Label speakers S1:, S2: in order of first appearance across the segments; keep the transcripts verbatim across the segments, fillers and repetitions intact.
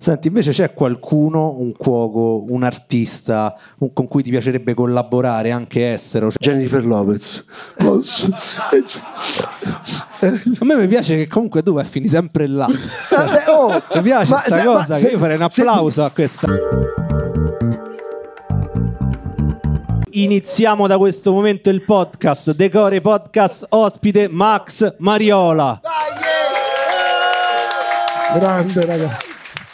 S1: Senti, invece c'è qualcuno, un cuoco, un artista un, con cui ti piacerebbe collaborare, anche estero?
S2: Jennifer Lopez. Posso?
S1: A me mi piace che comunque tu vai a finire sempre là.
S2: Vabbè, oh,
S1: mi piace questa
S2: se,
S1: cosa,
S2: se,
S1: che io farei un applauso se... a questa. Iniziamo da questo momento il podcast Decore Podcast, ospite Max Mariola.
S2: Grande ragazzi.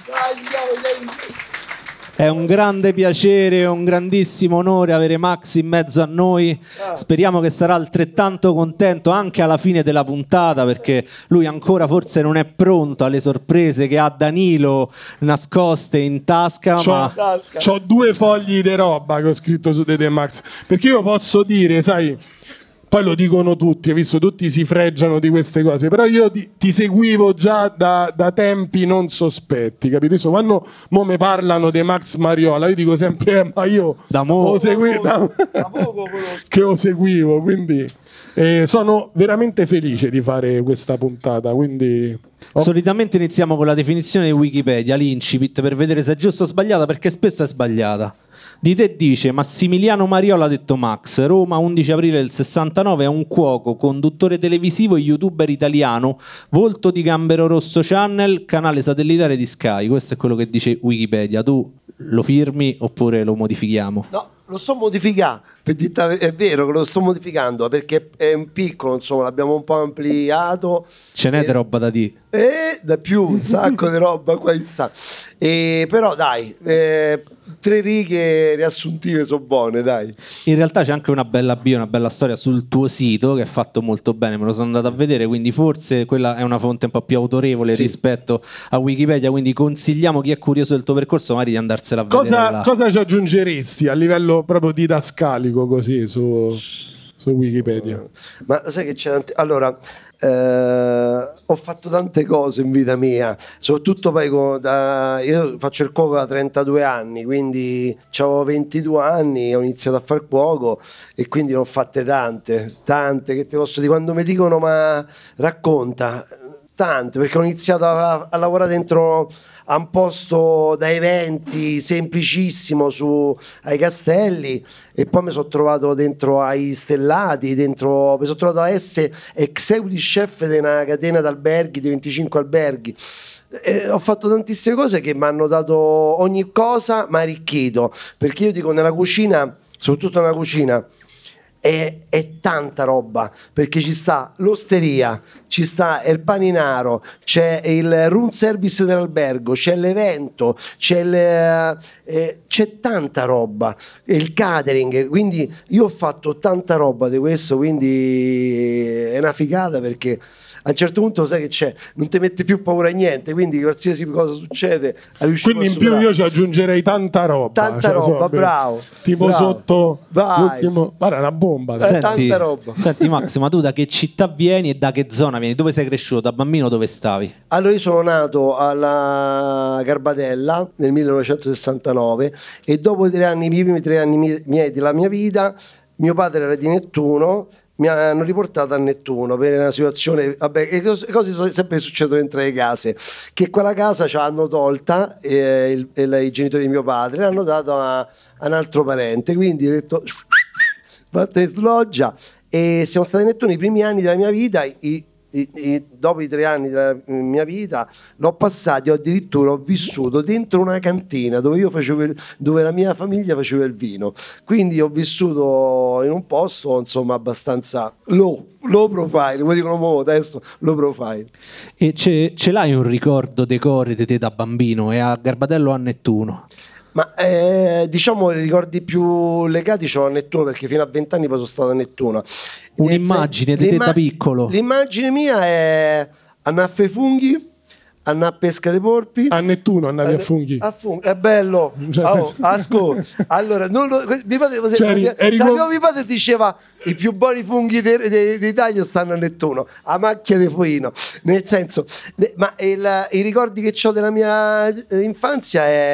S1: È un grande piacere, un grandissimo onore avere Max in mezzo a noi. Speriamo che sarà altrettanto contento anche alla fine della puntata, perché lui ancora forse non è pronto alle sorprese che ha Danilo nascoste in tasca.
S3: C'ho,
S1: ma...
S3: c'ho due fogli di roba che ho scritto su Dede Max, perché io posso dire, sai, poi lo dicono tutti, hai visto, tutti si fregiano di queste cose, però io ti, ti seguivo già da, da tempi non sospetti, capito? Adesso quando mo me parlano di Max Mariola, io dico sempre, eh, ma io
S1: da mo,
S3: lo segui, da, da che lo seguivo, quindi eh, sono veramente felice di fare questa puntata, quindi...
S1: Oh. Solitamente iniziamo con la definizione di Wikipedia, l'incipit, per vedere se è giusta o sbagliata, perché spesso è sbagliata. Di te dice: Massimiliano Mariola, detto Max, Roma, undici aprile del sessantanove, è un cuoco, conduttore televisivo e youtuber italiano, volto di Gambero Rosso Channel, canale satellitare di Sky. Questo è quello che dice Wikipedia. Tu lo firmi oppure lo modifichiamo?
S2: No, lo sto modificando, è vero che lo sto modificando perché è un piccolo, insomma, l'abbiamo un po' ampliato.
S1: Ce n'è
S2: e...
S1: di roba da dire.
S2: E da più, un sacco di roba qua sta. E però dai, eh, tre righe riassuntive sono buone, dai.
S1: In realtà c'è anche una bella bio, una bella storia sul tuo sito che è fatto molto bene, me lo sono andato a vedere, quindi forse quella è una fonte un po' più autorevole, sì, rispetto a Wikipedia, quindi consigliamo chi è curioso del tuo percorso magari di andarsela a vedere
S3: cosa,
S1: là.
S3: Cosa ci aggiungeresti a livello proprio didascalico così su, su Wikipedia?
S2: Ma lo sai che c'è tante... allora eh, ho fatto tante cose in vita mia, soprattutto poi con, da, io faccio il cuoco da trentadue anni, quindi avevo ventidue anni, ho iniziato a fare il cuoco e quindi ne ho fatte tante, tante che ti posso dire, quando mi dicono ma racconta, tante, perché ho iniziato a, a lavorare dentro a un posto da eventi semplicissimo su ai castelli e poi mi sono trovato dentro ai stellati, dentro mi sono trovato a essere executive chef di una catena d'alberghi di venticinque alberghi. E ho fatto tantissime cose che mi hanno dato, ogni cosa mi ha arricchito, perché io dico nella cucina, soprattutto nella cucina È, è tanta roba, perché ci sta l'osteria, ci sta il paninaro, c'è il room service dell'albergo, c'è l'evento, c'è, il, eh, c'è tanta roba, il catering, quindi io ho fatto tanta roba di questo, quindi è una figata, perché a un certo punto sai che c'è, non ti mette più paura a niente, quindi qualsiasi cosa succede
S3: quindi in più io ci aggiungerei tanta roba,
S2: tanta
S3: cioè,
S2: roba,
S3: so,
S2: bravo,
S3: tipo
S2: bravo.
S3: Sotto
S2: Vai.
S3: l'ultimo, guarda, è una bomba,
S2: Senti,
S1: senti,
S2: tanta roba.
S1: Senti Max, ma tu da che città vieni e da che zona vieni? Dove sei cresciuto? Da bambino dove stavi?
S2: Allora io sono nato alla Garbatella nel millenovecentosessantanove e dopo i tre anni, i primi tre anni miei della mia vita, mio padre era di Nettuno, mi hanno riportato a Nettuno per una situazione, vabbè, e cose, cose sono sempre succedono dentro le case, che quella casa ce l'hanno tolta eh, il, il, i genitori di mio padre, l'hanno dato a, a un altro parente, quindi ho detto vattene sloggia, e siamo stati a Nettuno i primi anni della mia vita. i, I, i, dopo i tre anni della mia vita l'ho passati, ho addirittura ho vissuto dentro una cantina dove io facevo il, dove la mia famiglia faceva il vino, quindi ho vissuto in un posto insomma abbastanza low, low profile, come dicono mo adesso, low profile.
S1: E ce, ce l'hai un ricordo decore di te da bambino? È a Garbatello o a Nettuno?
S2: Ma eh, diciamo i ricordi più legati ce l'ho a Nettuno, perché fino a vent'anni poi sono stato a Nettuno.
S1: Un'immagine di te da piccolo.
S2: L'immagine mia è annaffa i funghi, annà a pesca dei porpi.
S3: A Nettuno andavi a, a funghi.
S2: A funghi, è bello. Oh, ascolta. Allora, non lo, mio padre,
S3: cioè, eri, eri
S2: sapevo, mio padre diceva i più buoni funghi d'Italia stanno a Nettuno, a macchia di foino. Nel senso, ma il, i ricordi che ho della mia infanzia è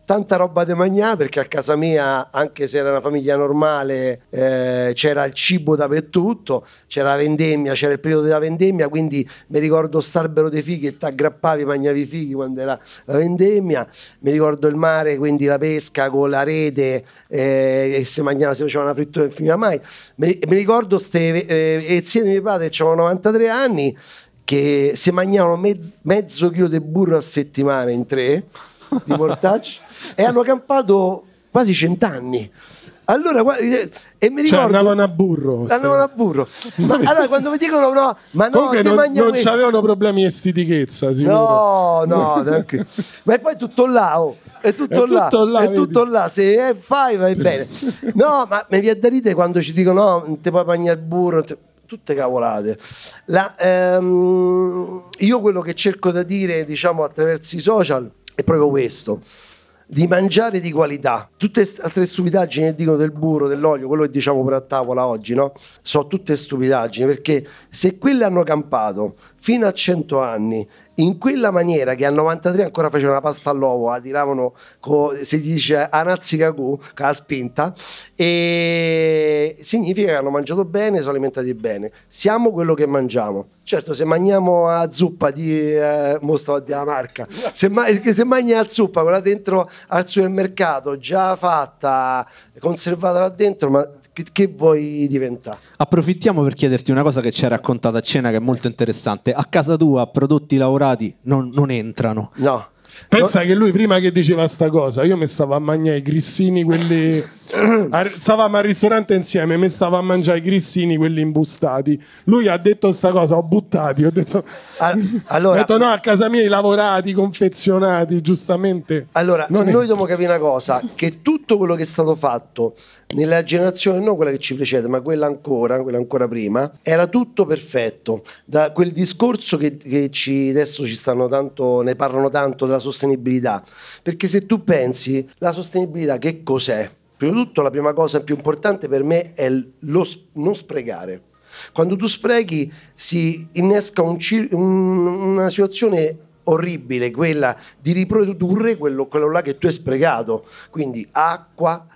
S2: tanta roba da mangiare, perché a casa mia, anche se era una famiglia normale, eh, c'era il cibo dappertutto, c'era la vendemmia, c'era il periodo della vendemmia, quindi mi ricordo st'albero dei fighi e ti aggrappavi, mangiavi i fighi quando era la vendemmia. Mi ricordo il mare, quindi la pesca con la rete, eh, e si mangiava, si faceva una frittura non finiva mai. Mi, mi ricordo ste eh, zia di mio padre, che avevano novantatré anni, che si mangiavano mezzo, mezzo chilo di burro a settimana in tre di mortacci e hanno campato quasi cent'anni. Allora, e mi ricordo,
S3: cioè, andavano a burro.
S2: Andavano a burro. Ma allora quando mi dicono no, ma no,
S3: comunque
S2: te
S3: non,
S2: mangia
S3: non
S2: questo.
S3: c'avevano problemi di stitichezza, sicuro.
S2: No, no, neanche. Ma è poi tutto là, oh. È tutto
S3: È
S2: là,
S3: tutto là,
S2: è
S3: vedi.
S2: tutto là. Se è, fai, vai bene. No, ma mi viene da ridere quando ci dicono no, non ti puoi mangiare il burro. Te... tutte cavolate. La, ehm, io quello che cerco da dire, diciamo, attraverso i social è proprio questo: di mangiare di qualità. Tutte altre stupidaggini che dicono del burro, dell'olio, quello che diciamo pure a tavola oggi, no? Sono tutte stupidaggini, perché se quelle hanno campato fino a cento anni in quella maniera, che a novantatré ancora facevano la pasta all'uovo, la tiravano, co, si dice a nazzicacù, con la spinta, e significa che hanno mangiato bene, sono alimentati bene. Siamo quello che mangiamo. Certo, se mangiamo a zuppa di eh, mo stavo a dire la marca, se, ma, se mangi la zuppa, quella dentro al supermercato, già fatta, conservata là dentro, ma che, che vuoi diventare?
S1: Approfittiamo per chiederti una cosa che ci hai raccontato a cena, che è molto interessante. A casa tua prodotti lavorati non, non entrano.
S2: No.
S3: Pensa
S2: no.
S3: che lui, prima che diceva sta cosa, io mi stavo a mangiare i grissini, quelli stavamo al ristorante insieme, mi stavo a mangiare i grissini, quelli imbustati. Lui ha detto sta cosa, ho buttati, ho detto,
S2: allora,
S3: ho detto no, a casa mia i lavorati, confezionati, giustamente.
S2: Allora,
S3: non
S2: noi
S3: è...
S2: dobbiamo capire una cosa, che tutto quello che è stato fatto nella generazione, non quella che ci precede, ma quella ancora, quella ancora prima, era tutto perfetto. Da quel discorso che, che ci, adesso ci stanno tanto, ne parlano tanto della sostenibilità, perché se tu pensi, la sostenibilità che cos'è? Prima di tutto la prima cosa più importante per me è lo non sprecare. Quando tu sprechi si innesca un, un, una situazione orribile, quella di riprodurre quello, quello là che tu hai sprecato, quindi acqua,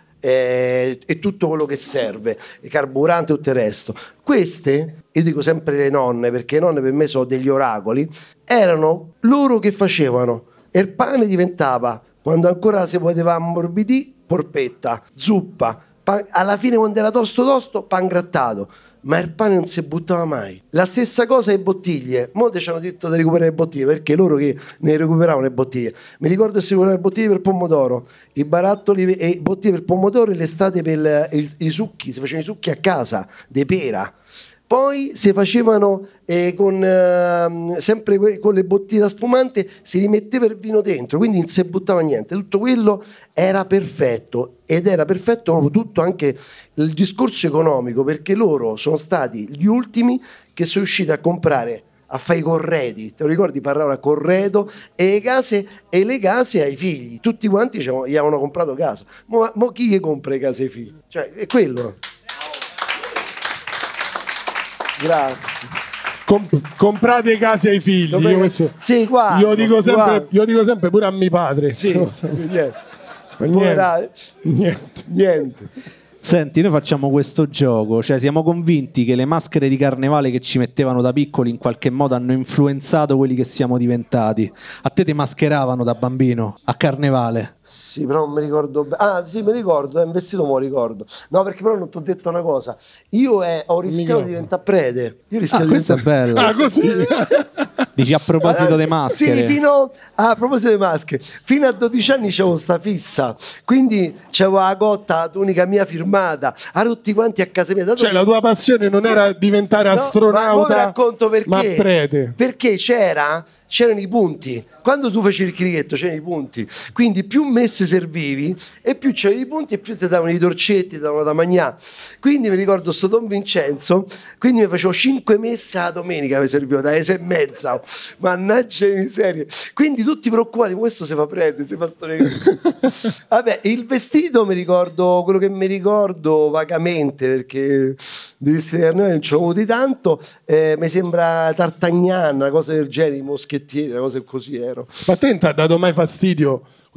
S2: Eh, e tutto quello che serve, carburante e tutto il resto. Queste, io dico sempre le nonne, perché le nonne per me sono degli oracoli, erano loro che facevano, e il pane diventava, quando ancora si poteva ammorbidire, porpetta, zuppa, pan, alla fine quando era tosto tosto, pan grattato, ma il pane non si buttava mai. La stessa cosa le bottiglie. Molti ci hanno detto di recuperare le bottiglie, perché loro che ne recuperavano le bottiglie. Mi ricordo che si recuperavano le bottiglie per pomodoro, i barattoli e bottiglie per pomodoro, e l'estate per il, i succhi, si facevano i succhi a casa, de pera. Poi si facevano eh, con eh, sempre que- con le bottiglie da spumante, si rimetteva il vino dentro, quindi non si buttava niente. Tutto quello era perfetto, ed era perfetto proprio tutto, anche il discorso economico, perché loro sono stati gli ultimi che sono riusciti a comprare, a fare i corredi. Te lo ricordi? Parlavano a corredo e le case, e le case ai figli. Tutti quanti diciamo, gli avevano comprato casa. Ma mo chi che compra le case ai figli? Cioè, è quello. Grazie.
S3: Com- comprate case ai figli.
S2: Dove...
S3: Io, questo...
S2: sì, guarda,
S3: io, dico sempre,
S2: guarda.
S3: io dico sempre pure a mio padre.
S2: Sì,
S3: cosa.
S2: sì, niente.
S3: Niente. Niente.
S2: Niente.
S1: Senti, noi facciamo questo gioco, cioè siamo convinti che le maschere di carnevale che ci mettevano da piccoli in qualche modo hanno influenzato quelli che siamo diventati. A te ti mascheravano da bambino a carnevale?
S2: Sì, però non mi ricordo bene. Ah, sì, mi ricordo, è un vestito, me lo ricordo. No, perché però non ti ho detto una cosa. Io eh, ho rischiato di diventare prete. Io rischiato
S1: Ah,
S2: di
S1: questa è
S2: diventare...
S1: bella.
S3: Ah, così.
S1: Dici a proposito delle maschere?
S2: Sì, fino a, a proposito delle maschere, fino a dodici anni c'avevo sta fissa, quindi c'avevo la cotta, la tunica mia firmata, a tutti quanti a casa mia.
S3: Cioè, la tua passione non
S2: sì.
S3: era diventare
S2: No,
S3: astronauta,
S2: ma, ma racconto perché.
S3: ma prete.
S2: Perché c'era, c'erano i punti. Quando tu facevi il crichetto c'erano i punti, quindi più messe servivi e più c'erano i punti e più ti davano i dolcetti, ti davano da mangiare. Quindi mi ricordo sto Don Vincenzo, quindi mi facevo cinque messe alla domenica, mi servivo da sei e mezza, mannaggia di miseria. Quindi tutti preoccupati, questo si fa prete, si fa storia. Vabbè, il vestito mi ricordo, quello che mi ricordo vagamente, perché di vestiti carnevali non ci ho avuti tanto, eh, mi sembra Tartagnan, una cosa del genere, i moschettieri, una cosa così ero.
S3: Ma a te non ti ha dato mai fastidio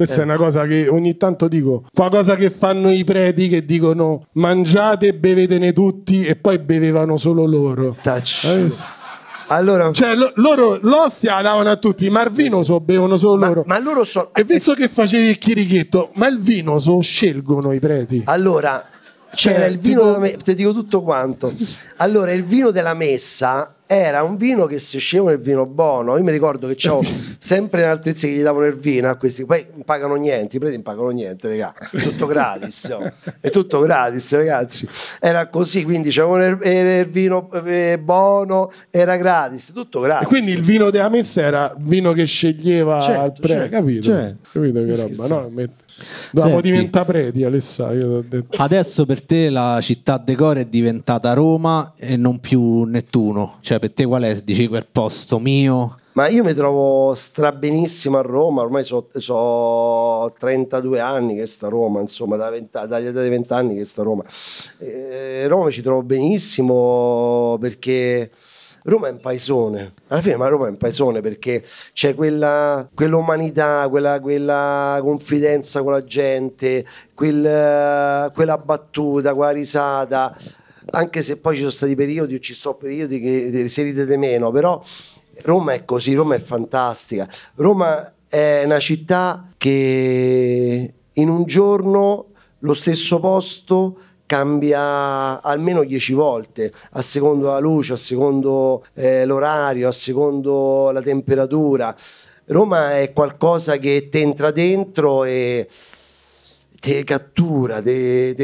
S3: Questa
S2: Eh.
S3: è una cosa che ogni tanto dico, qualcosa che fanno i preti che dicono mangiate e bevetene tutti e poi bevevano solo loro.
S2: Tac.
S3: Hai visto?
S2: Allora,
S3: Cioè lo- loro l'ostia la davano a tutti, ma il vino so bevono solo
S2: ma,
S3: loro.
S2: ma loro so
S3: E visto che facevi il chirichetto, ma il vino so scelgono i preti.
S2: allora c'era
S3: Cioè,
S2: il vino
S3: tipo-
S2: della me- ti dico tutto quanto. Allora, il vino della messa era un vino che si scendeva il vino buono. Io mi ricordo che c'avevo sempre in altezza che gli davano il vino a questi, poi non pagano niente, i preti non pagano niente, raga. Tutto gratis, oh. È tutto gratis, ragazzi. Era così, quindi c'avevano il, era il vino eh, buono, era gratis, tutto gratis.
S3: E quindi il vino della messa era il vino che sceglieva
S2: Certo,
S3: il prete,
S2: certo,
S3: capito?
S2: certo.
S3: Capito che roba, no? Met- Dovevamo
S1: Senti.
S3: diventare preti, Alessà, io t'ho detto.
S1: Adesso per te la città decore è diventata Roma e non più Nettuno. Cioè, per te qual è? Dici quel posto mio?
S2: Ma io mi trovo strabenissimo a Roma, ormai so, so trentadue anni che sta a Roma, insomma, da venti dagli età di venti anni che sta a Roma. Eh, Roma ci trovo benissimo perché Roma è un paesone, alla fine ma Roma è un paesone perché c'è quella, quell'umanità, quella, quella confidenza con la gente, quel, quella battuta, quella risata, anche se poi ci sono stati periodi, o ci sono periodi che si ride di meno, però Roma è così, Roma è fantastica. Roma è una città che in un giorno lo stesso posto cambia almeno dieci volte a secondo la luce, a secondo eh, l'orario, a secondo la temperatura. Roma è qualcosa che ti entra dentro e ti cattura, ti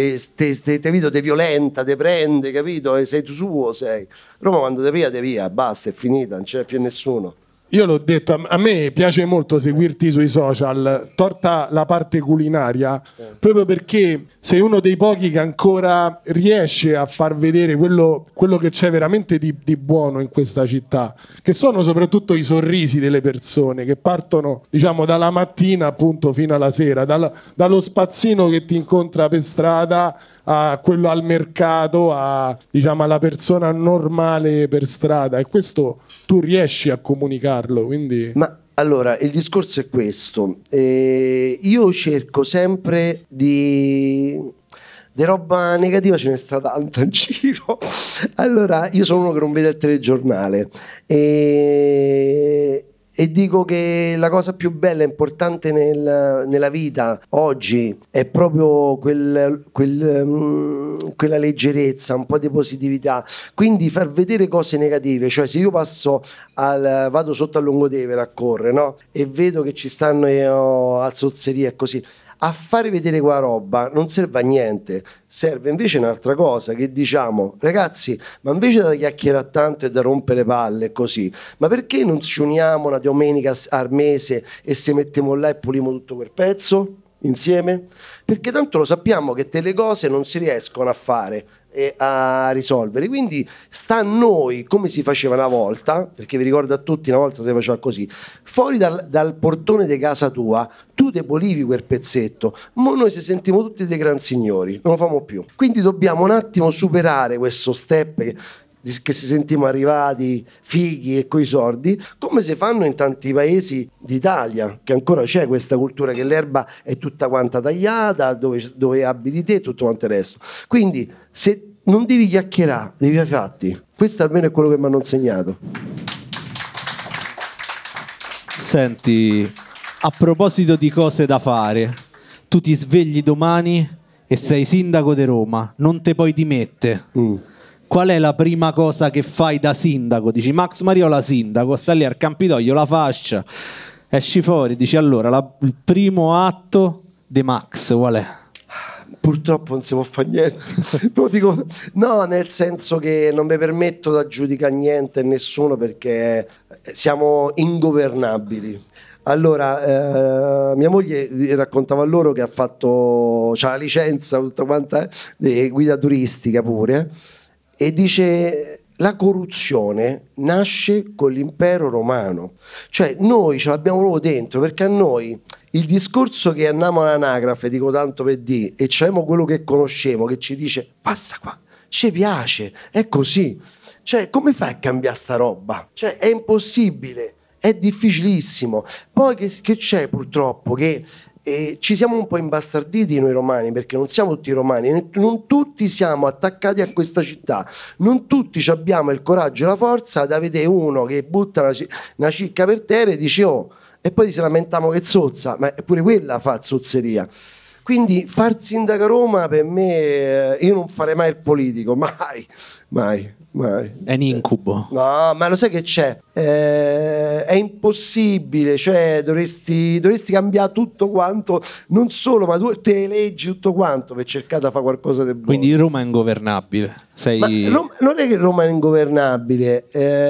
S2: violenta, ti prende, capito? E sei tu suo, sei. Roma quando ti via, ti via, basta, è finita, non c'è più nessuno.
S3: Io l'ho detto, a- a me piace molto seguirti sui social, torta la parte culinaria, proprio perché sei uno dei pochi che ancora riesce a far vedere quello, quello che c'è veramente di, di buono in questa città, che sono soprattutto i sorrisi delle persone che partono, diciamo, dalla mattina appunto fino alla sera, dalla- dallo spazzino che ti incontra per strada a quello al mercato, a, diciamo, alla persona normale per strada, e questo tu riesci a comunicarlo, quindi...
S2: Ma allora, il discorso è questo. Eh, io cerco sempre di... di roba negativa ce ne sta tanto in giro. Allora, io sono uno che non vede il telegiornale e... e dico che la cosa più bella e importante nel- nella vita oggi è proprio quel, quel, mm, quella leggerezza, un po' di positività, quindi far vedere cose negative. Cioè, se io passo al, vado sotto a Lungotevere a correre, no? E vedo che ci stanno eh, al Zozzeria e così, a fare vedere quella roba non serve a niente, serve invece un'altra cosa, che diciamo ragazzi, ma invece da chiacchierare tanto e da rompere le palle così, ma perché non ci uniamo una domenica al mese e se mettiamo là e puliamo tutto quel pezzo insieme? Perché tanto lo sappiamo che delle cose non si riescono a fare e a risolvere, quindi sta a noi, come si faceva una volta, perché vi ricordo a tutti una volta si faceva così, fuori dal, dal portone di casa tua tu te polivi quel pezzetto, ma noi ci sentiamo tutti dei gran signori, non lo famo più, quindi dobbiamo un attimo superare questo step che, che si sentiamo arrivati fighi e coi sordi, come si fanno in tanti paesi d'Italia, che ancora c'è questa cultura che l'erba è tutta quanta tagliata, dove, dove abiti te e tutto quanto il resto. Quindi se non devi chiacchierare, devi fare i fatti. Questo almeno è quello che mi hanno insegnato.
S1: Senti, a proposito di cose da fare, tu ti svegli domani e sei sindaco di Roma, non te puoi dimettere.
S2: Mm.
S1: Qual è la prima cosa che fai da sindaco? Dici Max Mariola sindaco, sta lì al Campidoglio, la fascia, esci fuori, dici allora la- il primo atto di Max qual è?
S2: Purtroppo non si può fare niente. Lo dico, no, nel senso che non mi permetto da giudicare niente e nessuno perché siamo ingovernabili. Allora, eh, mia moglie raccontava a loro che ha fatto, c'ha la licenza tutta quanta di guida turistica pure, e dice la corruzione nasce con l'impero romano, cioè noi ce l'abbiamo proprio dentro, perché a noi il discorso che andiamo all'anagrafe, dico tanto per dire, e c'è quello che conosciamo che ci dice passa qua, ci piace, è così, cioè come fai a cambiare sta roba? Cioè è impossibile, è difficilissimo. Poi che, che c'è purtroppo che e ci siamo un po' imbastarditi noi romani, perché non siamo tutti romani, non tutti siamo attaccati a questa città, non tutti abbiamo il coraggio e la forza da vedere uno che butta una, una cicca per terra e dice oh, e poi si lamentiamo che zozza, ma pure quella fa zozzeria. Quindi far sindaco a Roma per me, io non farei mai il politico, mai, mai. Mai.
S1: È un incubo.
S2: No, ma lo sai che c'è? Eh, è impossibile, cioè dovresti, dovresti cambiare tutto quanto, non solo, ma tu te leggi tutto quanto per cercare di fare qualcosa di buono.
S1: Quindi Roma è ingovernabile. Sei...
S2: Ma Roma, non è che Roma è ingovernabile,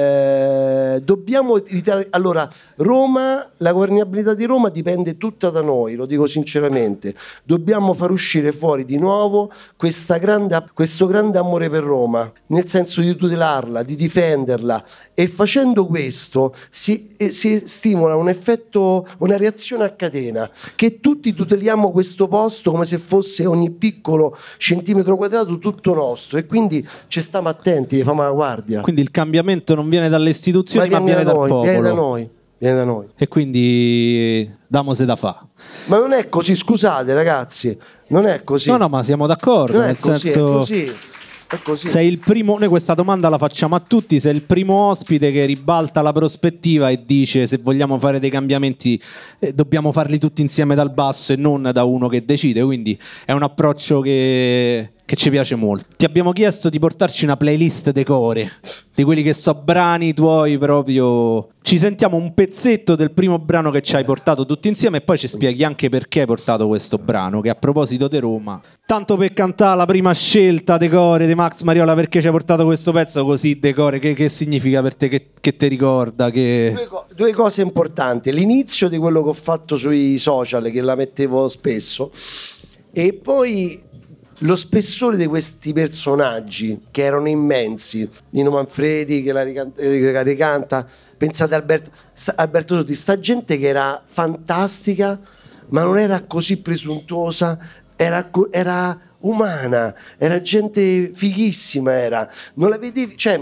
S2: eh, dobbiamo ritardare. Allora, Roma, la governabilità di Roma dipende tutta da noi, lo dico sinceramente. Dobbiamo far uscire fuori di nuovo questa grande, questo grande amore per Roma, nel senso di tutelarla, di difenderla, e facendo questo si, eh, si stimola un effetto, una reazione a catena, che tutti tuteliamo questo posto come se fosse ogni piccolo centimetro quadrato tutto nostro, e quindi ci stiamo attenti, famo la guardia.
S1: Quindi il cambiamento non viene dalle istituzioni, ma, ma viene,
S2: viene, da
S1: dal
S2: noi,
S1: popolo.
S2: Viene da noi, viene da noi.
S1: E quindi damose da fa.
S2: Ma non è così, scusate ragazzi, non è così.
S1: No, no, ma siamo d'accordo.
S2: Non è
S1: nel
S2: così,
S1: senso...
S2: è così. È così.
S1: Sei il primo, noi questa domanda la facciamo a tutti, sei il primo ospite che ribalta la prospettiva e dice se vogliamo fare dei cambiamenti eh, dobbiamo farli tutti insieme dal basso e non da uno che decide, quindi è un approccio che, che ci piace molto. Ti abbiamo chiesto di portarci una playlist decore, di quelli che so brani tuoi proprio. Ci sentiamo un pezzetto del primo brano che ci hai portato tutti insieme e poi ci spieghi anche perché hai portato questo brano, che a proposito di Roma, tanto per cantare la prima scelta decore di Max Mariola, perché ci hai portato questo pezzo così decore, che, che significa per te, che, che ti ricorda? Che...
S2: Due, co- due cose importanti, l'inizio di quello che ho fatto sui social, che la mettevo spesso, e poi lo spessore di questi personaggi che erano immensi. Nino Manfredi che la ricanta, che la ricanta. Pensate a Alberto, Alberto Sordi, sta gente che era fantastica ma non era così presuntuosa, era, era umana, era gente fighissima, era, non la vedevi, cioè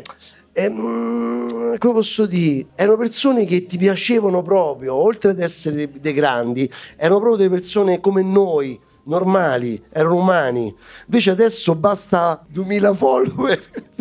S2: ehm, come posso dire, erano persone che ti piacevano proprio, oltre ad essere dei, dei grandi, erano proprio delle persone come noi, normali, erano umani. Invece adesso basta duemila follower,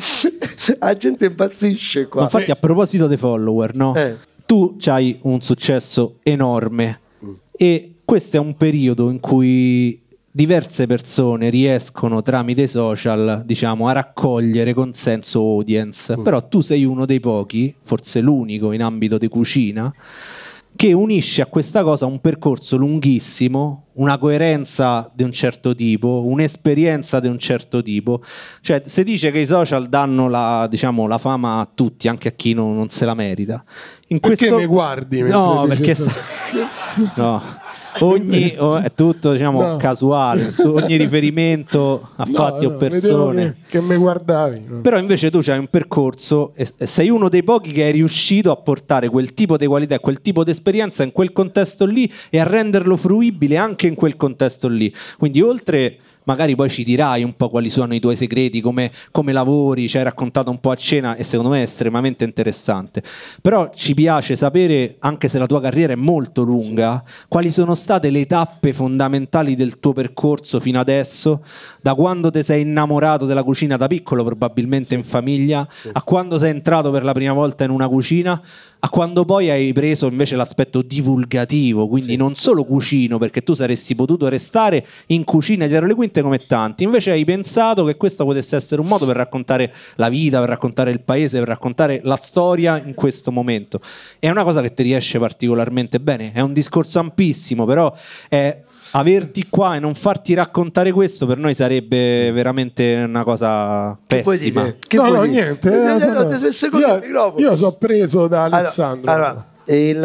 S2: la gente impazzisce qua.
S1: Infatti, a proposito dei follower, no?
S2: Eh.
S1: Tu hai un successo enorme mm. e questo è un periodo in cui diverse persone riescono tramite i social, diciamo, a raccogliere consenso audience, mm. però tu sei uno dei pochi, forse l'unico in ambito di cucina, che unisce a questa cosa un percorso lunghissimo, una coerenza di un certo tipo, un'esperienza di un certo tipo. Cioè, si dice che i social danno la, diciamo, la fama a tutti, anche a chi non, non se la merita. In
S3: perché
S1: questo...
S3: mi guardi?
S1: No, perché sta... no. Ogni, oh, è tutto, diciamo, no. casuale, su ogni riferimento a no, fatti no, o persone
S3: che, che mi guardavi no.
S1: Però invece tu c'hai un percorso e sei uno dei pochi che è riuscito a portare quel tipo di qualità e quel tipo di esperienza in quel contesto lì e a renderlo fruibile anche in quel contesto lì. Quindi oltre... magari poi ci dirai un po' quali sono i tuoi segreti, come, come lavori, ci hai raccontato un po' a cena e secondo me è estremamente interessante. Però ci piace sapere, anche se la tua carriera è molto lunga, sì. quali sono state le tappe fondamentali del tuo percorso fino adesso, da quando ti sei innamorato della cucina da piccolo, probabilmente sì. in famiglia, sì. a quando sei entrato per la prima volta in una cucina, a quando poi hai preso invece l'aspetto divulgativo, quindi sì. non solo cucino, perché tu saresti potuto restare in cucina dietro le quinte come tanti, invece hai pensato che questo potesse essere un modo per raccontare la vita, per raccontare il paese, per raccontare la storia in questo momento. È una cosa che ti riesce particolarmente bene, è un discorso ampissimo, però è... averti qua e non farti raccontare questo per noi sarebbe veramente una cosa pessima.
S2: Che, che
S3: no, no, niente. Eh, no, no, no. Io, io sono preso da Alessandro.
S2: Allora, allora il,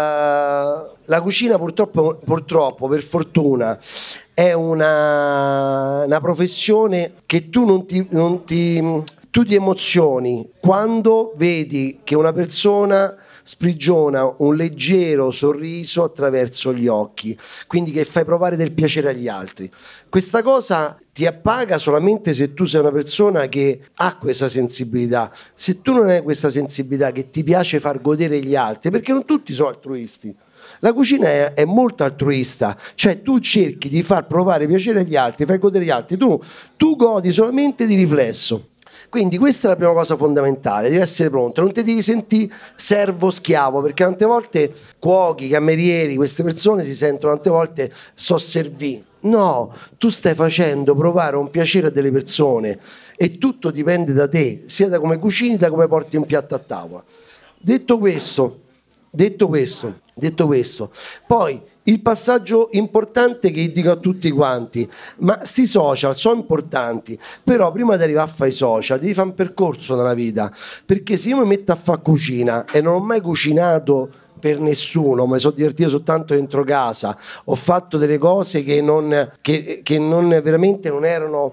S2: la cucina purtroppo, purtroppo, per fortuna, è una, una professione che tu non ti, non ti, tu ti emozioni quando vedi che una persona sprigiona un leggero sorriso attraverso gli occhi, quindi che fai provare del piacere agli altri. Questa cosa ti appaga solamente se tu sei una persona che ha questa sensibilità. Se tu non hai questa sensibilità, che ti piace far godere gli altri, perché non tutti sono altruisti, La cucina è, è molto altruista, cioè tu cerchi di far provare piacere agli altri, fai godere gli altri, tu, tu godi solamente di riflesso. Quindi questa è la prima cosa fondamentale, devi essere pronto, non ti devi sentire servo schiavo, perché tante volte cuochi, camerieri, queste persone si sentono tante volte sosservì. No, tu stai facendo provare un piacere a delle persone e tutto dipende da te, sia da come cucini, da come porti un piatto a tavola. Detto questo, detto questo, detto questo, poi il passaggio importante che dico a tutti quanti, ma sti social sono importanti, però prima di arrivare a fare i social devi fare un percorso nella vita, perché se io mi metto a fare cucina e non ho mai cucinato per nessuno, mi sono divertito soltanto dentro casa, ho fatto delle cose che non, che, che non veramente non erano,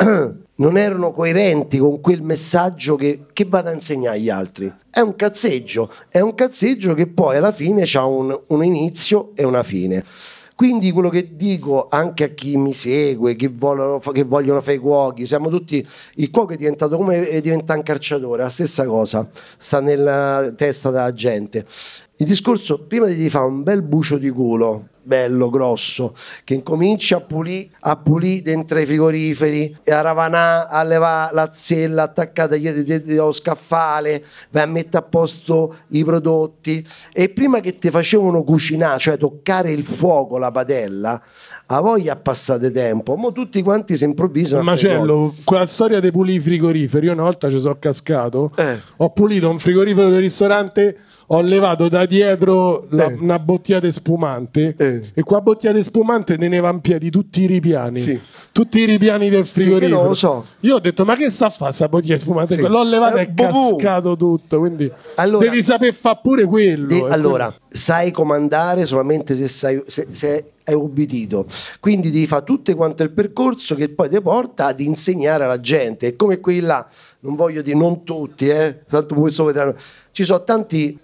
S2: non erano coerenti con quel messaggio che, che vado a insegnare agli altri. È un cazzeggio, è un cazzeggio che poi alla fine ha un, un inizio e una fine. Quindi quello che dico anche a chi mi segue, che vogliono, che vogliono fare i cuochi, siamo tutti, il cuoco è diventato come diventa un calciatore, la stessa cosa, sta nella testa della gente. Il discorso, prima di fare un bel bucio di culo, bello, grosso, che incominci a pulire a pulì dentro i frigoriferi, e a ravanà, a levare la zella attaccata allo scaffale, vai a mettere a posto i prodotti, e prima che ti facevano cucinare, cioè toccare il fuoco, la padella, a voglia passate tempo, mo tutti quanti si improvvisano.
S3: Macello, quella storia dei pulì frigoriferi, io una volta ci sono cascato,
S2: eh.
S3: ho pulito un frigorifero del ristorante, ho levato da dietro la,
S2: eh.
S3: una bottiglia di spumante
S2: eh.
S3: e qua bottiglia di spumante teneva in piedi tutti i ripiani,
S2: sì.
S3: tutti i ripiani del frigorifero.
S2: Sì, io non lo so.
S3: Io ho detto ma che sta a fare sta bottiglia di spumante?
S2: Sì.
S3: L'ho levata
S2: eh,
S3: e è cascato tutto, quindi
S2: allora,
S3: devi saper fare pure quello.
S2: De- allora,
S3: quello.
S2: sai comandare solamente se, sai, se, se hai obbedito, quindi devi fare tutte quante il percorso che poi ti porta ad insegnare alla gente. È come quelli là, non voglio dire non tutti, eh, tanto questo vedranno. Ci sono tanti.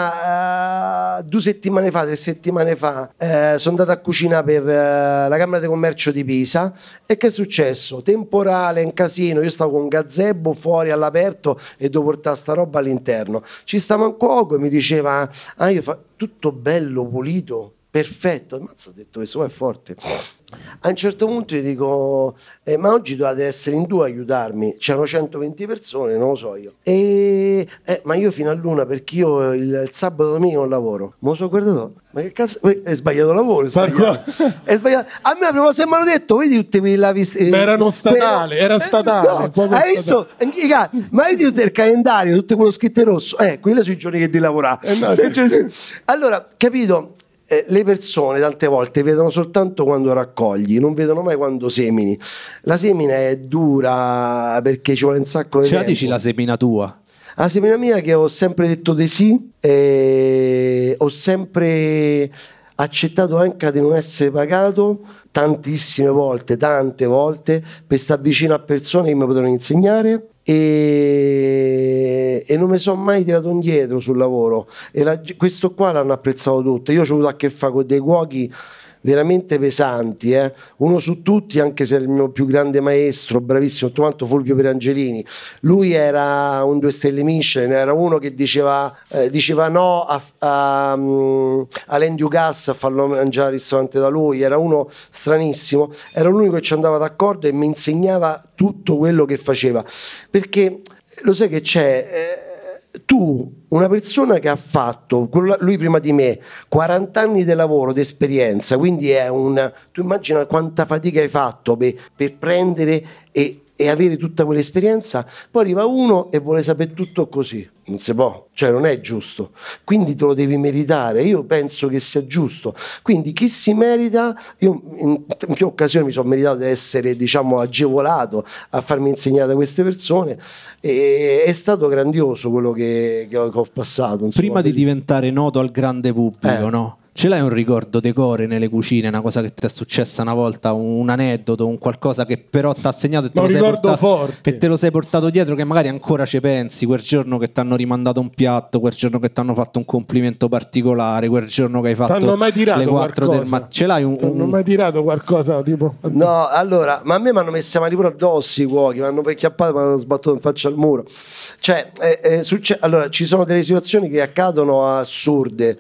S2: Allora, uh, due settimane fa, tre settimane fa, uh, sono andato a cucinare per uh, la Camera di Commercio di Pisa. E che è successo? Temporale, un casino. Io stavo con un gazebo fuori all'aperto e dovevo portare sta roba all'interno. Ci stava un cuoco e mi diceva: ah, io fa tutto bello, pulito, perfetto. Mazza, ho detto, questo qua è forte. A un certo punto gli dico: eh, ma oggi dovete essere in due a aiutarmi, c'erano centoventi persone, non lo so io, e eh, ma io fino a l'una, perché io il, il sabato e domenica non lavoro. Ma lo so guardato, ma che cazzo, è sbagliato lavoro, è sbagliato. È sbagliato. A me la prima cosa che mi hanno detto, vedi tutti quelli là vis-
S3: ma erano statale, era statale,
S2: eh, no, hai visto? Ma vedi tutto il calendario, tutto quello scritto in rosso, eh, quelli sono i giorni che devi lavorare.
S3: Eh no, sì.
S2: Allora, capito? Eh, le persone tante volte vedono soltanto quando raccogli, non vedono mai quando semini. La semina è dura perché ci vuole un sacco di
S1: Ce la
S2: tempo.
S1: dici la semina tua?
S2: La semina mia, che ho sempre detto di sì, e ho sempre accettato anche di non essere pagato tantissime volte, tante volte, per stare vicino a persone che mi potevano insegnare, e, e non mi sono mai tirato indietro sul lavoro, e la, questo qua l'hanno apprezzato tutto. Io ho avuto a che fare con dei cuochi veramente pesanti, eh? Uno su tutti, anche se è il mio più grande maestro, bravissimo, tutto quanto, Fulvio Pirangelini. Lui era un due stelle Michelin, era uno che diceva, eh, diceva no a, a, um, a Alain Ducasse a farlo mangiare al ristorante da lui, era uno stranissimo, era l'unico che ci andava d'accordo e mi insegnava tutto quello che faceva, perché lo sai che c'è, eh, tu, una persona che ha fatto, lui prima di me, quaranta anni di lavoro, di esperienza, quindi è un, tu immagina quanta fatica hai fatto per, per prendere e, e avere tutta quell'esperienza, poi arriva uno e vuole sapere tutto così, non si può, cioè non è giusto, quindi te lo devi meritare. Io penso che sia giusto, quindi chi si merita, io in, in più occasioni mi sono meritato di essere, diciamo, agevolato a farmi insegnare da queste persone, e è stato grandioso quello che, che ho, che ho passato, insomma.
S1: Prima di diventare noto al grande pubblico,
S2: eh.
S1: no? Ce l'hai un ricordo decore nelle cucine, una cosa che ti è successa una volta, un aneddoto, un qualcosa che però ti ha segnato e te,
S3: un
S1: lo sei
S3: ricordo
S1: portato,
S3: forte.
S1: e te lo sei portato dietro, che magari ancora ci pensi, quel giorno che ti hanno rimandato un piatto, quel giorno che ti hanno fatto un complimento particolare, quel giorno che hai fatto
S3: T'hanno mai tirato
S1: le quattro del
S3: qualcosa?
S1: ma- ce l'hai un,
S3: Non ho
S1: un...
S3: mai tirato qualcosa tipo?
S2: No, allora, ma a me mi hanno messo le mani pure addosso i cuochi, mi hanno picchiappato, mi hanno sbattuto in faccia al muro. Cioè, eh, eh, succe- allora, ci sono delle situazioni che accadono assurde,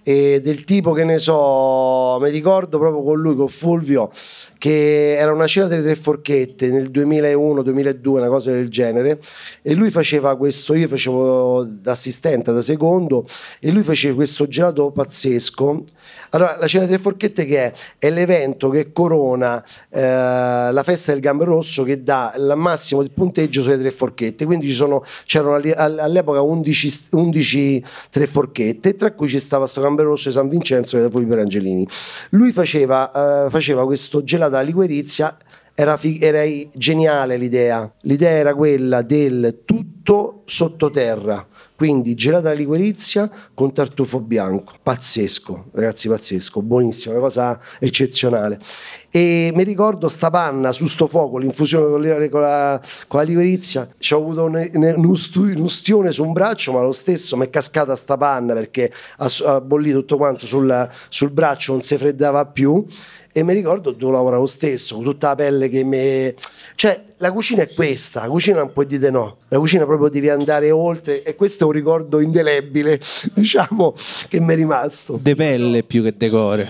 S2: e del tipo, che ne so, mi ricordo proprio con lui, con Fulvio, che era una cena delle tre forchette nel duemilauno duemiladue, una cosa del genere, e lui faceva questo, io facevo da assistente, da secondo, e lui faceva questo gelato pazzesco. Allora, la cena delle forchette che è? È l'evento che corona eh, la festa del Gambero Rosso, che dà il massimo del punteggio sulle tre forchette, quindi ci sono, c'erano all'epoca undici, undici tre forchette, tra cui ci stava sto Gambero Rosso di San Vincenzo che era Fulvio Angelini. Lui faceva, eh, faceva questo gelato alla liquirizia. Era, fig- era geniale l'idea. L'idea era quella del tutto sottoterra, quindi gelato alla liquirizia con tartufo bianco. Pazzesco, ragazzi, pazzesco, buonissimo, una cosa eccezionale. E mi ricordo sta panna su sto fuoco, l'infusione con, le, con, la, con la liquirizia, ci ho avuto un, un, un ustione su un braccio, ma lo stesso mi è cascata sta panna perché ha, ha bollito tutto quanto sul, sul braccio, non si freddava più. E mi ricordo dove lavoravo lo stesso, con tutta la pelle che mi... Cioè, la cucina è questa, la cucina non puoi dire no, la cucina proprio devi andare oltre, e questo è un ricordo indelebile, diciamo, che mi è rimasto.
S1: De pelle più che decore.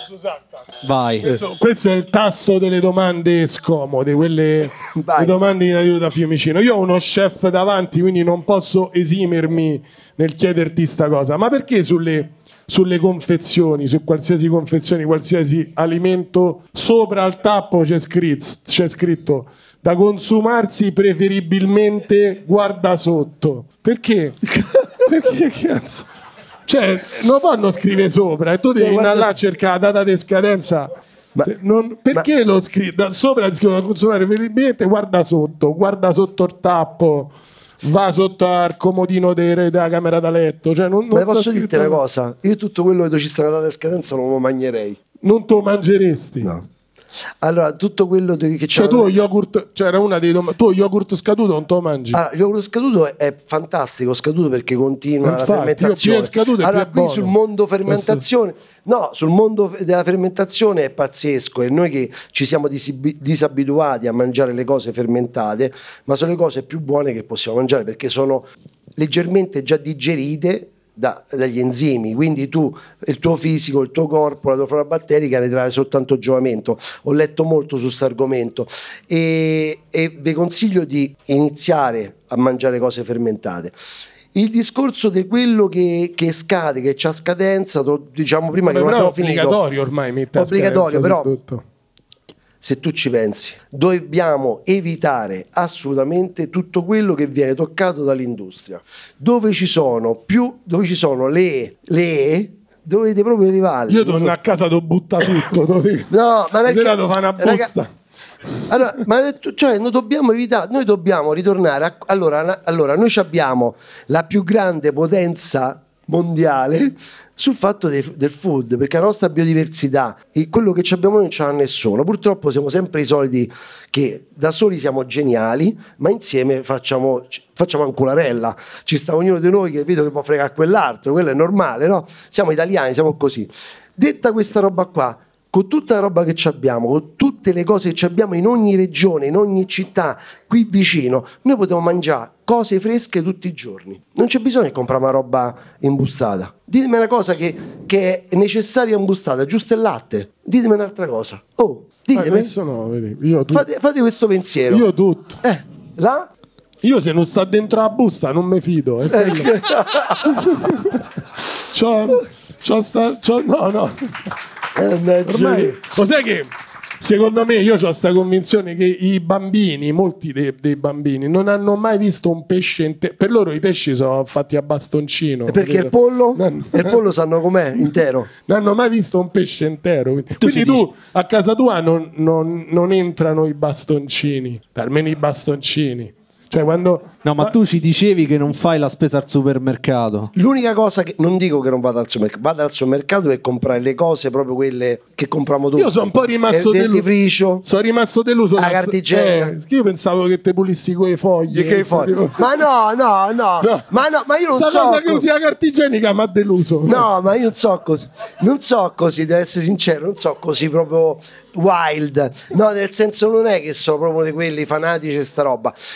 S1: Vai.
S3: Questo, questo è il tasto delle domande scomode, quelle le domande in aiuto da Fiumicino. Io ho uno chef davanti, quindi non posso esimermi nel chiederti sta cosa, ma perché sulle... sulle confezioni, su qualsiasi confezione, qualsiasi alimento, sopra al tappo c'è scritto, c'è scritto da consumarsi preferibilmente guarda sotto? Perché? Perché cazzo? Cioè, non vanno scrivere sopra e tu devi andare là a cercare la data di scadenza.
S2: Ma,
S3: non, perché ma, lo scrivi? Da sopra scrivono da consumare preferibilmente guarda sotto, guarda sotto il tappo. Va sotto al comodino de, della camera da letto. Cioè, non, non
S2: ma posso dirti una cosa? Io tutto quello che ci sta una data di scadenza non lo mangerei.
S3: Non te lo mangeresti?
S2: No. Allora, tutto quello che c'è.
S3: Cioè, tu yogurt, cioè, era una dei dom- tu yogurt scaduto non te lo mangi?
S2: Allora, il yogurt scaduto è fantastico, scaduto perché continua
S3: infatti,
S2: la fermentazione.
S3: Più è scaduto,
S2: allora,
S3: più è
S2: qui
S3: buono.
S2: sul mondo fermentazione, no, sul mondo della fermentazione è pazzesco, e noi che ci siamo disib- disabituati a mangiare le cose fermentate, ma sono le cose più buone che possiamo mangiare perché sono leggermente già digerite Da, dagli enzimi, quindi tu, il tuo fisico, il tuo corpo, la tua flora batterica ne trae soltanto giovamento. Ho letto molto su questo argomento e, e vi consiglio di iniziare a mangiare cose fermentate. Il discorso di quello che, che scade, che c'ha scadenza, lo diciamo prima. Vabbè, che non abbiamo finito.
S3: È obbligatorio ormai, mette
S2: obbligatorio, però tutto. Se tu ci pensi, dobbiamo evitare assolutamente tutto quello che viene toccato dall'industria. Dove ci sono più, dove ci sono le, le dovete proprio arrivare.
S3: Io torno a casa, devo buttare tutto. Dove...
S2: No, ma perché
S3: devo fare una busta.
S2: Raga, allora, ma cioè, noi dobbiamo evitare, noi dobbiamo ritornare a, allora, allora, noi abbiamo la più grande potenza mondiale sul fatto de, del food, perché la nostra biodiversità e quello che abbiamo noi non ce l'ha nessuno. Purtroppo siamo sempre i soliti che da soli siamo geniali, ma insieme facciamo, facciamo ancolarella. Ci sta ognuno di noi che vedo che può fregare quell'altro, quello è normale, no? Siamo italiani, siamo così. Detta questa roba qua, con tutta la roba che abbiamo, con tutte le cose che abbiamo in ogni regione, in ogni città, qui vicino, noi possiamo mangiare cose fresche tutti i giorni. Non c'è bisogno di comprare una roba imbustata. Ditemi una cosa che, che è necessaria imbustata, giusto il latte. Ditemi un'altra cosa. Oh, ditemi.
S3: Ah, no, vedi, io
S2: fate, fate questo pensiero.
S3: Io tutto.
S2: Eh, là?
S3: Io se non sta dentro la busta non mi fido. È quello. c'ho, c'ho sta, c'ho, no, no. Ormai, lo sai che secondo me, io ho questa convinzione che i bambini, molti dei, dei bambini non hanno mai visto un pesce intero. Per loro i pesci sono fatti a bastoncino.
S2: E perché il pollo? Non, il pollo sanno com'è intero.
S3: Non hanno mai visto un pesce intero. Quindi tu, quindi tu a casa tua non, non, non entrano i bastoncini, almeno i bastoncini. Cioè quando...
S1: No, ma tu ci dicevi che non fai la spesa al supermercato.
S2: L'unica cosa che non dico che non vado al supermercato, vado al supermercato per comprare le cose proprio quelle che compriamo tutti.
S3: Io sono un po' rimasto
S2: deluso. Dentifricio.
S3: Sono rimasto deluso.
S2: La carta igienica.
S3: Eh, io pensavo che te pulissi quei fogli.
S2: Che fogli? Tipo... Ma no, no, no, no. Ma no, ma io non
S3: Sta
S2: so.
S3: cosa che usi la carta igienica mi ha deluso.
S2: No, ma io non so così. Non so così, devo essere sincero, non so così proprio wild. No, nel senso non è che sono proprio di quelli fanatici e sta roba. Io sono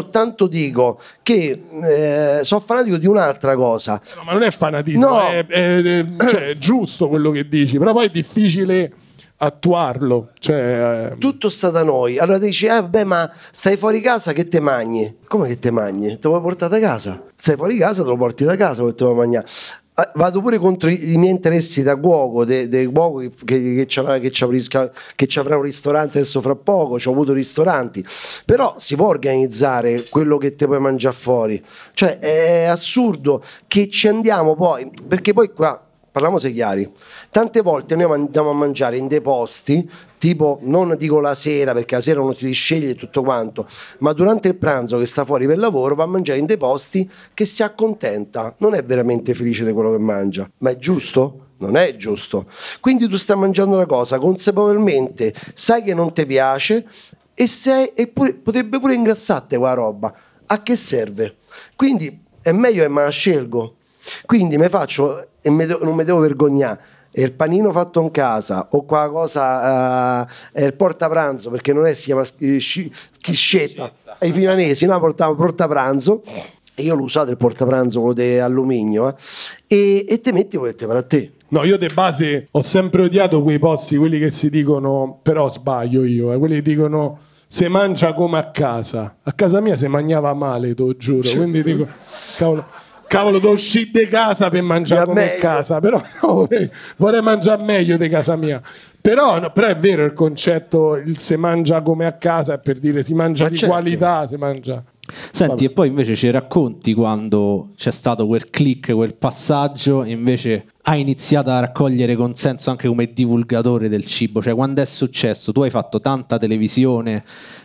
S2: soltanto dico che eh, sono fanatico di un'altra cosa.
S3: No, ma non è fanatismo,
S2: No.
S3: è, è, è, cioè, è giusto quello che dici, però poi è difficile attuarlo. Cioè, eh,
S2: Tutto sta da noi. Allora ti dici, eh beh, ma stai fuori casa, che te mangi? Come che te mangi? Te lo vuoi portare da casa? Stai fuori casa, te lo porti da casa, che te lo vuoi mangiare. Eh, Vado pure contro i, i miei interessi da cuoco, de, de cuoco che, che, che, c'avrà, che, c'avrà, che c'avrà un ristorante adesso fra poco, ci ho avuto ristoranti, però si può organizzare quello che te puoi mangiare fuori. Cioè è assurdo che ci andiamo poi, perché poi qua parliamoci chiari, tante volte noi andiamo a mangiare in dei posti, tipo, non dico la sera perché la sera non si risceglie e tutto quanto, ma durante il pranzo che sta fuori per lavoro va a mangiare in dei posti che si accontenta, non è veramente felice di quello che mangia, ma è giusto? Non è giusto. Quindi tu stai mangiando una cosa consapevolmente, sai che non ti piace e, sei, e pure, potrebbe pure ingrassarti quella roba. A che serve? Quindi è meglio che me la scelgo. Quindi mi faccio e me de- non mi devo vergognare. È il panino fatto in casa o quella cosa uh, è il portapranzo, perché non è si chiama uh, sci- schiscetta ai finlandesi, no, portavo portapranzo e io l'ho usato il portapranzo, quello di alluminio, eh, e, e te metti quello che te pare a te.
S3: no, io de base ho sempre odiato quei posti, quelli che si dicono, però sbaglio io, eh, quelli che dicono se mangia come a casa. A casa mia si mangiava male, te lo giuro, quindi dico, cavolo. Cavolo, devo uscire di casa per mangiare
S2: Ya
S3: come a
S2: meglio.
S3: casa, però no, vorrei, vorrei mangiare meglio di casa mia. Però, no, però è vero il concetto, il se mangia come a casa è per dire si mangia
S2: Ma
S3: di
S2: certo.
S3: qualità, si mangia.
S1: Senti,
S3: Vabbè.
S1: e poi invece ci racconti quando c'è stato quel click, quel passaggio, e invece hai iniziato a raccogliere consenso anche come divulgatore del cibo, cioè quando è successo? Tu hai fatto tanta televisione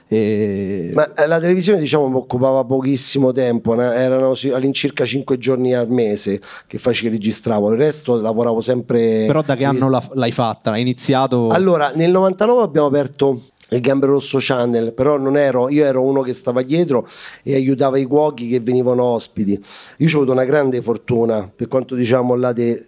S1: e...
S2: Ma eh, la televisione, diciamo, mi occupava pochissimo tempo, ne- erano si- all'incirca cinque giorni al mese che facevo, che registravo, il resto lavoravo sempre.
S1: Però da che anno la- l'hai fatta? Hai iniziato...
S2: Allora, nel novantanove abbiamo aperto il Gambero Rosso Channel, però non ero, io ero uno che stava dietro e aiutava i cuochi che venivano ospiti. Io ho avuto una grande fortuna per quanto, diciamo, là de,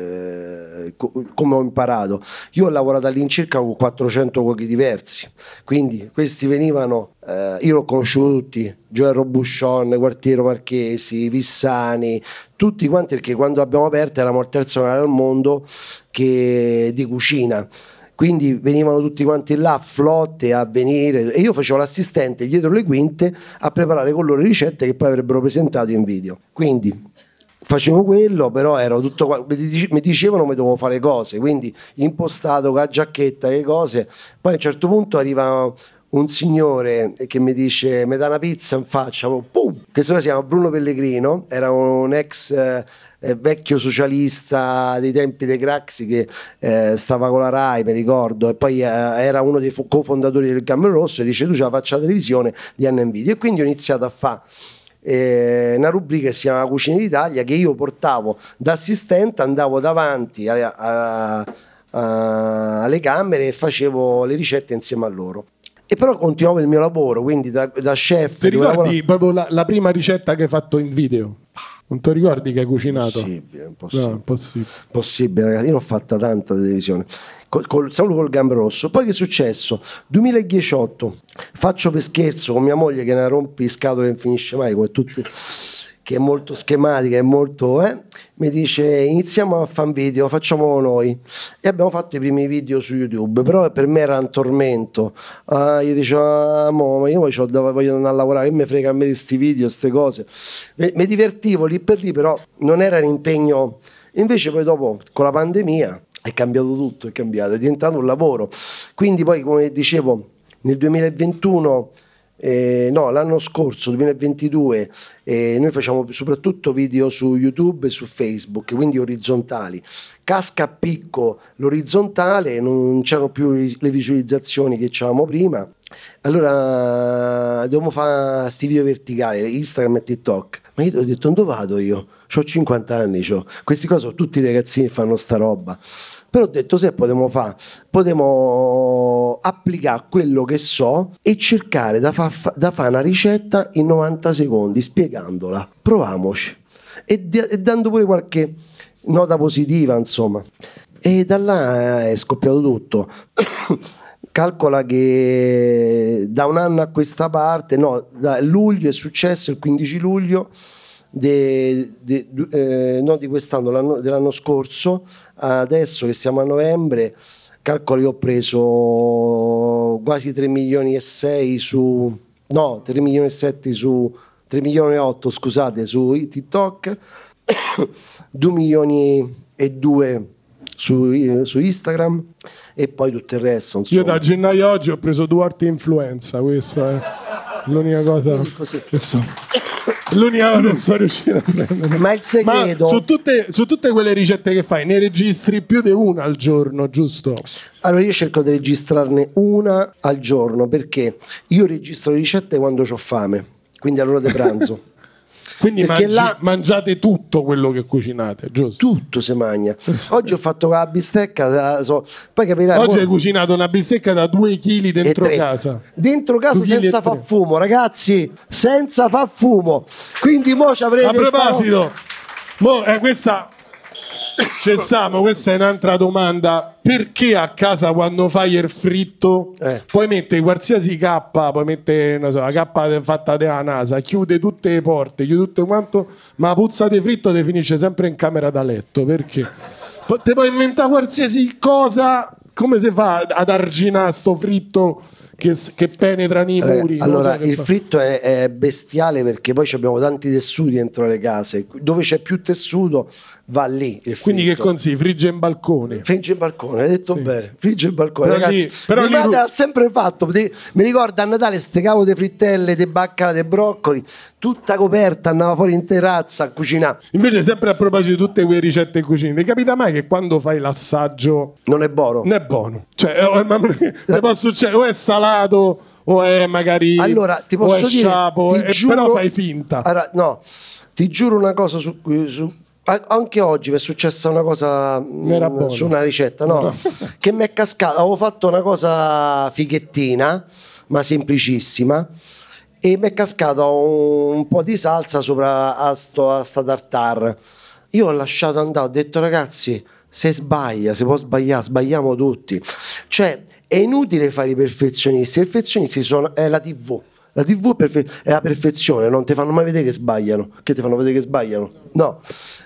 S2: eh, co- come ho imparato. Io ho lavorato all'incirca con quattrocento cuochi diversi, quindi questi venivano, eh, io l'ho conosciuto tutti, Gioel Robuscion, Quartiero Marchesi, Vissani, tutti quanti, perché quando abbiamo aperto eravamo il terzo canale al mondo che, di cucina. Quindi venivano tutti quanti là, flotte a venire, e io facevo l'assistente dietro le quinte a preparare con loro le ricette che poi avrebbero presentato in video. Quindi facevo quello, però ero tutto qua, mi dice- mi dicevano come dovevo fare le cose, quindi impostato con la giacchetta e le cose. Poi a un certo punto arriva un signore che mi dice mi dà una pizza in faccia, pum, che se no si chiama Bruno Pellegrino, era un ex eh, eh, vecchio socialista dei tempi dei Craxi che eh, stava con la Rai, mi ricordo, e poi eh, era uno dei fo- cofondatori del Gambero Rosso, e dice tu ce la faccia la televisione di Anna in Video, e quindi ho iniziato a fare eh, una rubrica che si chiama Cucina d'Italia, che io portavo da assistente, andavo davanti a, a, a, alle camere e facevo le ricette insieme a loro. E però continuavo il mio lavoro, quindi da, da chef.
S3: Ti
S2: dove
S3: ricordi
S2: lavoravo-
S3: proprio la, la prima ricetta che hai fatto in video? Non ti ricordi che hai cucinato?
S2: Impossibile, impossibile.
S3: No, impossibile.
S2: Possibile, ragazzi, io l'ho fatta tanta televisione. Col, col, solo col Gambero Rosso. Poi che è successo? duemiladiciotto, faccio per scherzo con mia moglie che è una rompiscatole non finisce mai, come tutte, che è molto schematica, è molto, eh, mi dice iniziamo a fare un video, facciamolo noi, e abbiamo fatto i primi video su YouTube, però per me era un tormento. Ah, io dicevo, ah, mo, ma io voglio, voglio andare a lavorare, che mi frega a me di questi video, queste cose, mi, mi divertivo lì per lì, però non era un impegno. Invece poi dopo con la pandemia è cambiato tutto, è cambiato, è diventato un lavoro. Quindi poi, come dicevo, nel duemilaventuno, eh, no, l'anno scorso, duemilaventidue, eh, noi facciamo soprattutto video su YouTube e su Facebook, quindi orizzontali. Casca a picco l'orizzontale, non c'erano più le visualizzazioni che c'avevamo prima. Allora dobbiamo fare questi video verticali, Instagram e TikTok. Ma io ho detto, dove vado io? Ho cinquanta anni, c'ho. Questi qua sono tutti i ragazzini che fanno sta roba. Però ho detto, se potremmo fare, potremmo applicare quello che so e cercare da fare da fa una ricetta in novanta secondi, spiegandola. Proviamoci. E, d- e dando pure qualche nota positiva, insomma. E da là è scoppiato tutto. calcola che da un anno a questa parte, no, da luglio è successo, il quindici luglio de, de, eh, no, di quest'anno, l'anno, dell'anno scorso, adesso che siamo a novembre, calcolo che ho preso quasi tre milioni e sei su, no, tre milioni e sette su, tre milioni e otto, scusate, su TikTok, due milioni e due su, su Instagram e poi tutto il resto, insomma.
S3: Io da gennaio a oggi ho preso due volte influenza, questa è l'unica cosa che so. L'unica cosa che sono riuscito a prendere.
S2: Ma il segreto,
S3: ma su, tutte, su tutte quelle ricette che fai ne registri più di una al giorno, giusto?
S2: allora io cerco di registrarne una al giorno, perché io registro le ricette quando ho fame, quindi all'ora di pranzo.
S3: Quindi
S2: Perché
S3: mangi,
S2: là-
S3: mangiate tutto quello che cucinate, giusto?
S2: Tutto si mangia. Oggi ho fatto la bistecca, so- poi capirai.
S3: Oggi
S2: mo-
S3: hai cucinato una bistecca da due chili
S2: e
S3: dentro
S2: tre.
S3: casa.
S2: Dentro casa
S3: Due chili
S2: senza
S3: e
S2: fa
S3: tre.
S2: fumo, ragazzi, senza fa fumo. Quindi mo ci avrete
S3: A proposito, mo, eh, questa cessiamo, questa è un'altra domanda. Perché a casa quando fai il fritto
S2: Eh.
S3: puoi mettere qualsiasi K, puoi mettere non so, la K fatta dalla NASA, chiude tutte le porte, chiude tutto quanto, ma la puzza di fritto ti finisce sempre in camera da letto? Perché? Po- Te puoi inventare qualsiasi cosa. Come si fa ad arginare sto fritto che, s- che penetra nei
S2: Eh,
S3: muri? Non
S2: allora,
S3: so che
S2: il
S3: fa.
S2: fritto è, è bestiale, perché poi ci abbiamo tanti tessuti dentro le case. Dove c'è più tessuto va lì il
S3: Quindi che
S2: fritto.
S3: consigli? Frigge in balcone?
S2: Frigge in balcone, hai detto
S3: Sì.
S2: bene. Frigge in balcone,
S3: Però
S2: ragazzi.
S3: lì- però
S2: mia
S3: lì-
S2: madre ha sempre fatto. Mi mi ricordo a Natale ste cavo di frittelle, di baccala, di broccoli, tutta coperta, andava fuori in terrazza a cucinare.
S3: Invece, sempre a proposito di tutte quelle ricette in cucina, ti capita mai che quando fai l'assaggio
S2: Non è buono.
S3: non è buono? Cioè, o è, ma- se può succedere, o è salato o è magari
S2: Allora, ti
S3: o
S2: posso
S3: è
S2: dire,
S3: sciapo,
S2: ti
S3: e-
S2: giuro-
S3: però fai finta.
S2: Allora, no, ti giuro una cosa su, su- a- anche oggi mi è successa una cosa mm,
S3: Era buono.
S2: su una ricetta, no, che mi è cascata. Avevo fatto una cosa fighettina, ma semplicissima, e mi è cascato un, un po' di salsa sopra a, sto, a sta tartare. Io ho lasciato andare, ho detto ragazzi, se sbaglia, si può sbagliare, sbagliamo tutti. Cioè, è inutile fare i perfezionisti. I perfezionisti sono, è la tivù. La tivù è, perfe- è la perfezione, non ti fanno mai vedere che sbagliano. Che ti fanno vedere che sbagliano? No.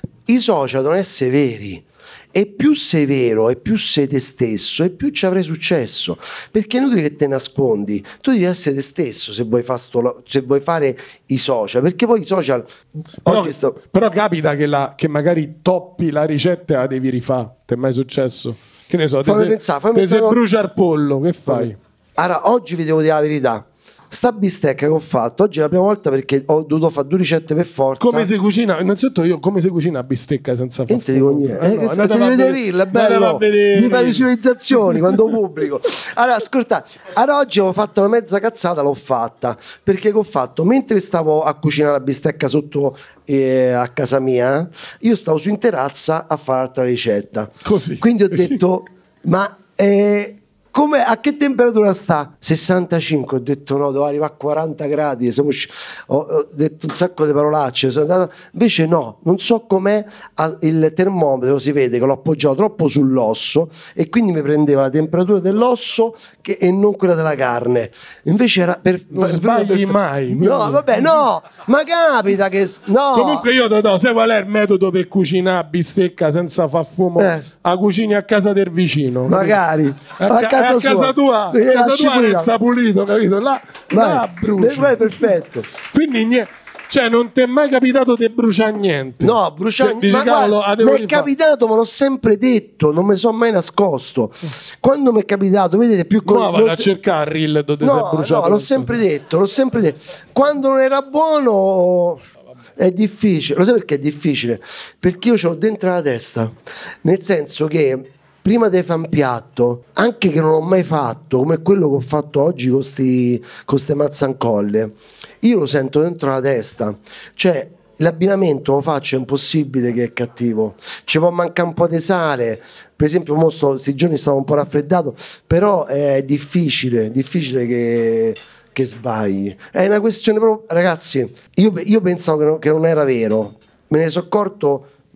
S2: I social devono essere veri. E più sei vero e più sei te stesso, e più ci avrai successo. Perché è inutile che te nascondi. Tu devi essere te stesso se vuoi, fa sto la- se vuoi fare i social. Perché poi i social.
S3: Però,
S2: Oggi sto.
S3: però capita che, la- che magari toppi la ricetta e la devi rifare. Ti è mai successo? Che ne so, te
S2: Fammi
S3: se,
S2: pensare, fammi
S3: te se
S2: pensare-
S3: brucia il pollo, che fai?
S2: Allora, oggi vi devo dire la verità. Sta bistecca che ho fatto oggi è la prima volta, perché ho dovuto fare due ricette per forza.
S3: Come si cucina? Innanzitutto io come si cucina a bistecca senza far
S2: Niente dico
S3: fumo?
S2: niente.
S3: Eh,
S2: Eh,
S3: no,
S2: che-
S3: andate
S2: ti
S3: a
S2: devi
S3: vedere-
S2: vedere, è
S3: andate a
S2: bello.
S3: vedere-
S2: Mi fai visualizzazioni quando pubblico. Allora, ascolta, allora oggi ho fatto una mezza cazzata, l'ho fatta. Perché che ho fatto? Mentre stavo a cucinare la bistecca sotto eh, a casa mia, io stavo su in terrazza a fare altra ricetta.
S3: Così.
S2: Quindi ho detto, ma eh, come, a che temperatura sta? sessantacinque. Ho detto no, devo arrivare a quaranta gradi. Siamo usci- ho, ho detto un sacco di parolacce. Sono andato- Invece no, non so com'è. ah, Il termometro si vede che l'ho appoggiato troppo sull'osso, e quindi mi prendeva la temperatura dell'osso che- e non quella della carne. Invece era per,
S3: Non
S2: per-
S3: sbagli
S2: perfetto.
S3: mai,
S2: No,
S3: quindi-
S2: vabbè, no, ma capita che no.
S3: Comunque io ti do, sai qual è il metodo per cucinare a bistecca senza far fumo?
S2: Eh.
S3: A cucini a casa del vicino.
S2: Magari
S3: A,
S2: a
S3: ca-
S2: casa
S3: a
S2: sua.
S3: casa tua,
S2: E
S3: a casa
S2: lasci
S3: tua
S2: pulita.
S3: resta pulito, capito? Là, là
S2: Vai.
S3: bruci.
S2: Vai, perfetto.
S3: Quindi niente, cioè non ti è mai capitato di bruciare niente.
S2: No, bruciare.
S3: Cioè, dici,
S2: Ma
S3: cavolo,
S2: guarda,
S3: la devo
S2: mi è
S3: rifare.
S2: capitato, ma l'ho sempre detto, non mi sono mai nascosto. Quando mi è capitato, vedete, più
S3: No,
S2: con-
S3: vado
S2: l'ho
S3: a
S2: se-
S3: cercare il reel dove si è
S2: No,
S3: bruciato.
S2: no, l'ho sempre detto, l'ho sempre detto. Quando non era buono è difficile. Lo sai perché è difficile? Perché io ce l'ho dentro la testa. Nel senso che prima di fare un piatto, anche che non ho mai fatto, come quello che ho fatto oggi con queste mazzancolle, io lo sento dentro la testa. Cioè, l'abbinamento lo faccio, è impossibile che è cattivo. Ci può mancare un po' di sale. Per esempio, questi giorni stavo un po' raffreddato, però è difficile, difficile che, che sbagli. È una questione proprio, ragazzi, io, io pensavo che non, che non era vero. Me ne sono accorto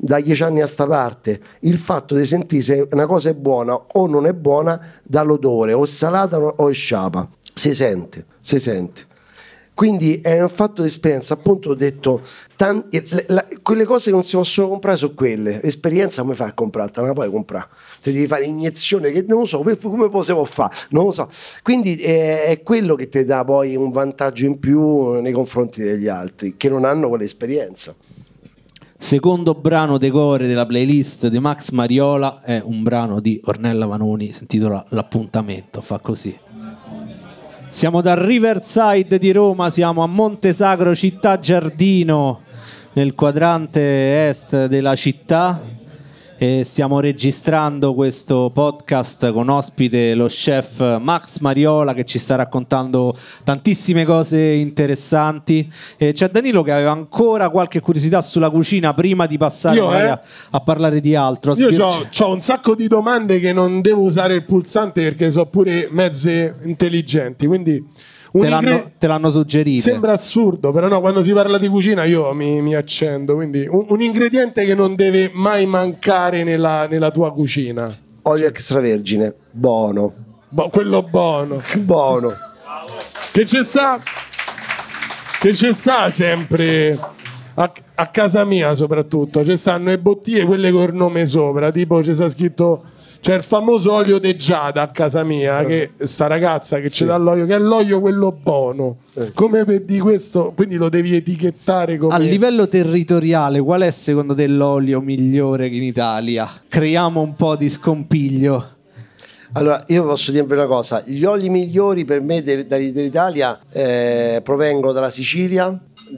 S2: da dieci anni a sta parte, il fatto di sentire se una cosa è buona o non è buona dall'odore, o è salata o è sciapa, si sente, si sente. Quindi è un fatto di esperienza, appunto ho detto, tanti, la, la, quelle cose che non si possono comprare sono quelle, l'esperienza come fai a comprarla? Non la puoi comprare, ti devi fare iniezione che non lo so, come possiamo fare, non lo so. Quindi è, è quello che ti dà poi un vantaggio in più nei confronti degli altri, che non hanno quell'esperienza.
S1: Secondo brano decore della playlist di Max Mariola è un brano di Ornella Vanoni, si intitola L'appuntamento, fa così. Siamo dal Riverside di Roma, siamo a Montesagro, città giardino, nel quadrante est della città, e stiamo registrando questo podcast con ospite lo chef Max Mariola, che ci sta raccontando tantissime cose interessanti, e c'è Danilo che aveva ancora qualche curiosità sulla cucina prima di passare
S3: Io, eh?
S1: a, a parlare di altro.
S3: Io ho un sacco di domande che non devo usare il pulsante perché so pure mezze intelligenti, quindi
S1: Te l'hanno, te l'hanno suggerito.
S3: Sembra assurdo, però no, quando si parla di cucina io mi, mi accendo. Quindi un, un ingrediente che non deve mai mancare nella, nella tua cucina.
S2: Olio extravergine, buono.
S3: Bo- quello buono.
S2: Buono.
S3: Che c'è sta, che c'è sta sempre a, a casa mia soprattutto. Ci stanno le bottiglie, quelle col nome sopra, tipo c'è sta scritto... C'è il famoso olio de giada a casa mia, che sta ragazza che ci dà l'olio, che è l'olio quello buono. Come vedi questo? Quindi lo devi etichettare come...
S1: A livello territoriale, qual è secondo te l'olio migliore in Italia? Creiamo un po' di scompiglio.
S2: Allora, io posso dirvi una cosa, gli oli migliori per me de- de- dell'Italia eh, provengono dalla Sicilia,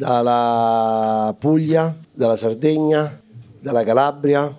S2: dalla Puglia, dalla Sardegna, dalla Calabria.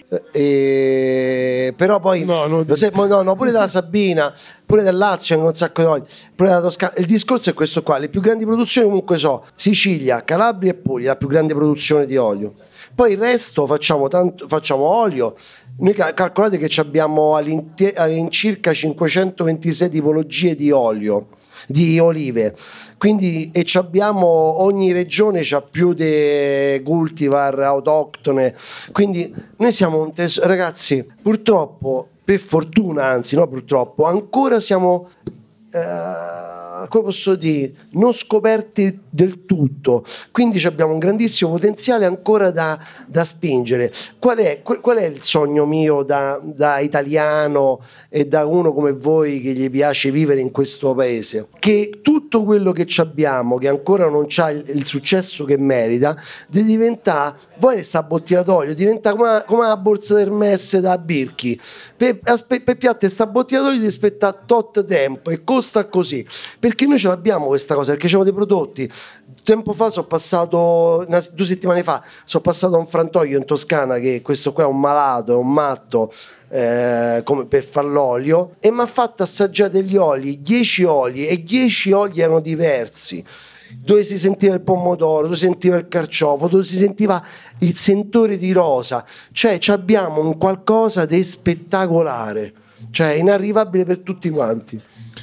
S2: E... però poi
S3: no, no,
S2: lo sai, no, no, pure dalla Sabina, pure del Lazio, un sacco di oli, pure della Toscana. Il discorso è questo qua: le più grandi produzioni comunque so Sicilia, Calabria e Puglia, la più grande produzione di olio. Poi il resto facciamo, tanto, facciamo olio. Noi calcolate che abbiamo all'incirca cinquecentoventisei tipologie di olio, di olive, quindi, e abbiamo, ogni regione ha più di cultivar autoctone, quindi noi siamo un tes- ragazzi, purtroppo, per fortuna anzi no purtroppo, ancora siamo eh, come posso dire, non scoperti del tutto, quindi abbiamo un grandissimo potenziale ancora da, da spingere. Qual è, qual è il sogno mio da, da italiano e da uno come voi che gli piace vivere in questo paese? Che tutto quello che abbiamo, che ancora non ha il, il successo che merita, di diventare, voi sta bottiglia d'olio diventa come, come la borsa d'Hermès da Birchi, per, per piatte sta bottiglia d'olio di aspettare tot tempo e costa così, perché noi ce l'abbiamo questa cosa, perché abbiamo dei prodotti. Tempo fa sono passato, una, due settimane fa sono passato a un frantoio in Toscana, che questo qua è un malato, è un matto eh, come per far l'olio, e mi ha fatto assaggiare degli oli, dieci oli, e dieci oli erano diversi, dove si sentiva il pomodoro, dove si sentiva il carciofo, dove si sentiva il sentore di rosa, cioè abbiamo un qualcosa di spettacolare, cioè inarrivabile per tutti quanti.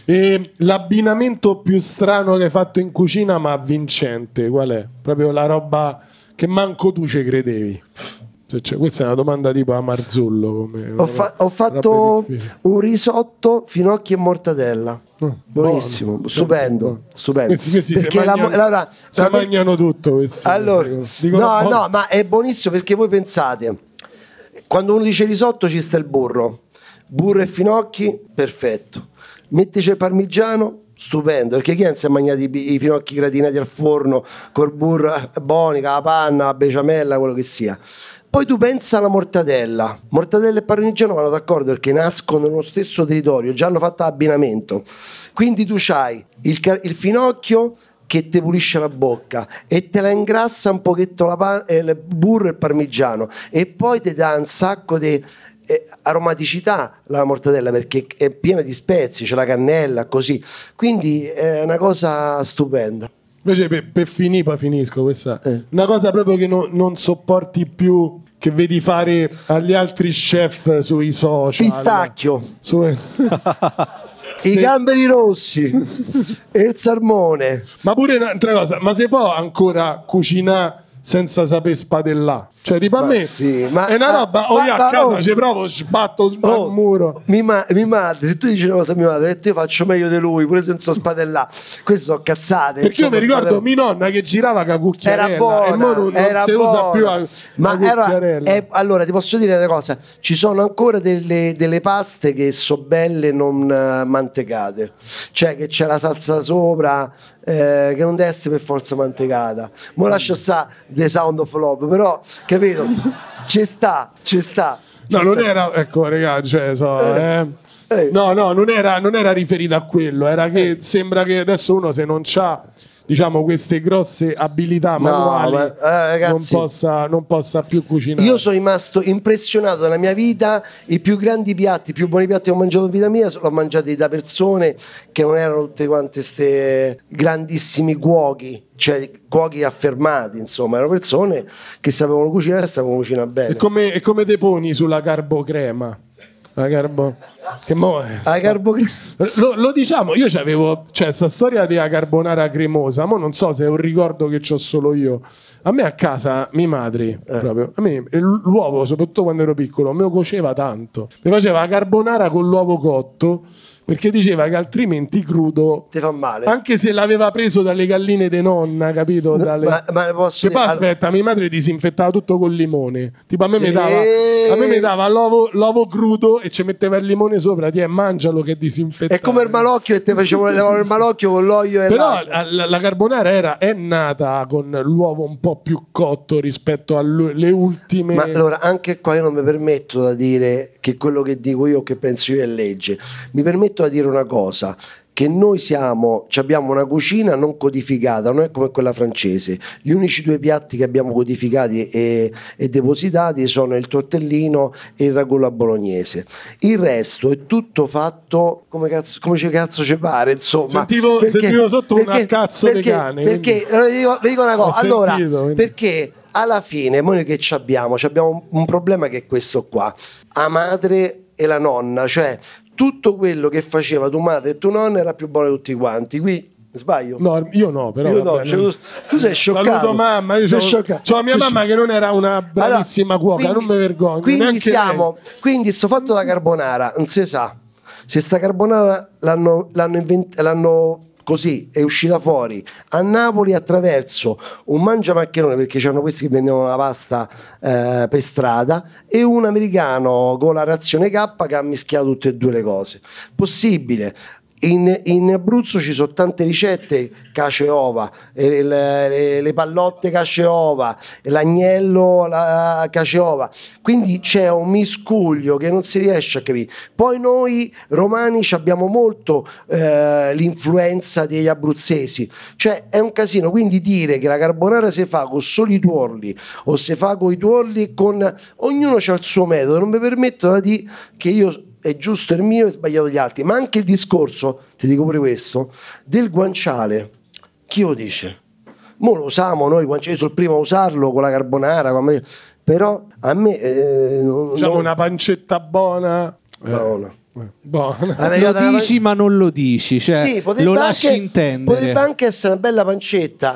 S3: E l'abbinamento più strano che hai fatto in cucina ma vincente qual è? Proprio la roba che manco tu ci credevi. Cioè, questa è una domanda tipo a Marzullo. Come
S2: ho, fa- ho fatto un risotto finocchi e mortadella. Oh, buonissimo, buono, stupendo, buono. Stupendo.
S3: Questi, questi
S2: perché
S3: si mangiano,
S2: la, la,
S3: si
S2: la,
S3: mangiano tutto questi,
S2: allora,
S3: dico,
S2: no,
S3: dico,
S2: no, ma è buonissimo, perché voi pensate, quando uno dice risotto ci sta il burro, burro e finocchi, perfetto. Mettici il parmigiano, stupendo, perché chi si è mangiati i, i finocchi gratinati al forno col burro, eh, buoni, la panna, la besciamella, quello che sia. Poi tu pensa alla mortadella, mortadella e parmigiano vanno d'accordo perché nascono nello stesso territorio, già hanno fatto abbinamento, quindi tu c'hai il, il finocchio che ti pulisce la bocca e te la ingrassa un pochetto la pan- eh, il burro e il parmigiano, e poi ti dà un sacco di eh, aromaticità la mortadella, perché è piena di spezie, c'è la cannella, così, quindi è una cosa stupenda.
S3: Invece per, per finire, poi finisco questa eh. una cosa proprio che no, non sopporti più, che vedi fare agli altri chef sui social.
S2: Pistacchio.
S3: Su...
S2: I gamberi rossi e il salmone.
S3: Ma pure un'altra cosa, ma si può ancora cucinare senza saper spadellare. Cioè, tipo a
S2: Ma
S3: me
S2: sì, ma-
S3: è una
S2: ma-
S3: roba, oh,
S2: ma-
S3: io a
S2: ma-
S3: casa
S2: oh.
S3: ci provo, sbatto sul
S2: Oh,
S3: muro.
S2: mi, ma- mi madre, se tu dici una cosa a mia madre, io faccio meglio di lui, pure senza spadellare. Queste sono cazzate.
S3: Perché io
S2: insomma,
S3: mi ricordo
S2: spadella-
S3: mia nonna che girava con la cucchiarella
S2: era buona,
S3: e mo non, non
S2: era
S3: si usa
S2: buona.
S3: più la,
S2: ma
S3: la
S2: era,
S3: cucchiarella.
S2: è- allora ti posso dire una cosa, ci sono ancora delle, delle paste che sono belle non eh, mantecate, cioè che c'è la salsa sopra, eh, che non deve essere per forza mantecata. Mo lascia sta The Sound of Love, però capito, ci sta, ci sta.
S3: No,
S2: ci
S3: non
S2: sta.
S3: era, ecco, ragazzi, cioè, so, eh.
S2: Eh.
S3: no, no, non era, non era riferito a quello, era che sembra che adesso uno se non c'ha, diciamo, queste grosse abilità manuali
S2: ma, eh, ragazzi,
S3: non, possa, non possa più cucinare.
S2: io sono rimasto impressionato nella mia vita, i più grandi piatti, i più buoni piatti che ho mangiato in vita mia l'ho mangiati da persone che non erano tutte quante queste grandissimi cuochi, cioè cuochi affermati, insomma, erano persone che sapevano cucinare e sapevano cucinare bene.
S3: E come, e come te poni sulla carbocrema? La carbo... Che mo è?
S2: La carbocrema.
S3: Lo, lo diciamo, io c'avevo, cioè, sta storia della carbonara cremosa, ma non so se è un ricordo che ho solo io. A me a casa, mia madre,
S2: Eh.
S3: proprio, a me l'uovo, soprattutto quando ero piccolo, me lo cuoceva tanto. Mi faceva la carbonara con l'uovo cotto, perché diceva che altrimenti crudo,
S2: Ti fa male.
S3: anche se l'aveva preso dalle galline de nonna, capito? Dalle...
S2: Ma, ma posso
S3: Che poi
S2: dire-
S3: aspetta, mia madre disinfettava tutto col limone. Tipo a me
S2: Sì.
S3: mi dava, a me mi dava l'uovo, l'uovo crudo e ci metteva il limone sopra, ti mangialo che è disinfettato.
S2: È come il malocchio e te facevo levare il malocchio con l'olio e
S3: Però
S2: l'acqua.
S3: la, la carbonara era, è nata con l'uovo un po' più cotto rispetto alle ultime.
S2: Ma allora anche qua io non mi permetto da dire che quello che dico io o che penso io è legge. Mi permetto da dire una cosa, che noi siamo, ci abbiamo una cucina non codificata, non è come quella francese. Gli unici due piatti che abbiamo codificati e, e depositati sono il tortellino e il ragù alla bolognese. Il resto è tutto fatto come cazzo, come ci cazzo ci pare, insomma.
S3: Sentivo- sentivo sotto una cazzo di
S2: perché,
S3: cane,
S2: Perché, allora, vi dico, vi dico una cosa,
S3: Ho
S2: allora,
S3: sentito, quindi.
S2: perché alla fine noi che ci abbiamo? Ci abbiamo un, un problema che è questo qua, la madre e la nonna, cioè tutto quello che faceva tua madre e tua nonna era più buono di tutti quanti. Qui sbaglio?
S3: No, io no, però.
S2: Io no,
S3: vabbè,
S2: cioè,
S3: non-
S2: tu, tu sei scioccato.
S3: Saluto mamma, io
S2: sei
S3: c'ho,
S2: scioccato.
S3: c'ho la mia
S2: Sei
S3: mamma che non era una bravissima
S2: Allora,
S3: cuoca,
S2: quindi-
S3: non mi vergogno.
S2: Quindi
S3: neanche
S2: siamo, quindi sto fatto da carbonara, non si sa. Se sta carbonara l'hanno, l'hanno, invent- l'hanno così è uscita fuori a Napoli attraverso un mangiamaccherone, perché c'erano questi che vendevano la pasta eh, per strada, e un americano con la razione K che ha mischiato tutte e due le cose. Possibile. In, in Abruzzo ci sono tante ricette, cacio e ova, eh, le, le- le pallotte cacio e ova, l'agnello la cacio e ova, quindi c'è un miscuglio che non si riesce a capire. Poi noi romani ci abbiamo molto eh, l'influenza degli abruzzesi, cioè è un casino, quindi dire che la carbonara si fa con soli tuorli o si fa con i tuorli, con ognuno ha il suo metodo, non mi permetto di dire che io è giusto il mio e sbagliato gli altri, ma anche il discorso, ti dico pure questo, del guanciale, chi lo dice? Mo lo usiamo noi, guanciale, io sono il primo a usarlo con la carbonara, con me- però a me eh, non,
S3: Diciamo
S2: non-
S3: una pancetta buona.
S2: buona.
S3: Eh, buona.
S2: Ah,
S1: Lo
S2: la-
S1: dici ma non lo dici, cioè
S2: Sì, potrebbe
S1: lo lasci
S2: anche-
S1: intendere.
S2: Potrebbe anche essere una bella pancetta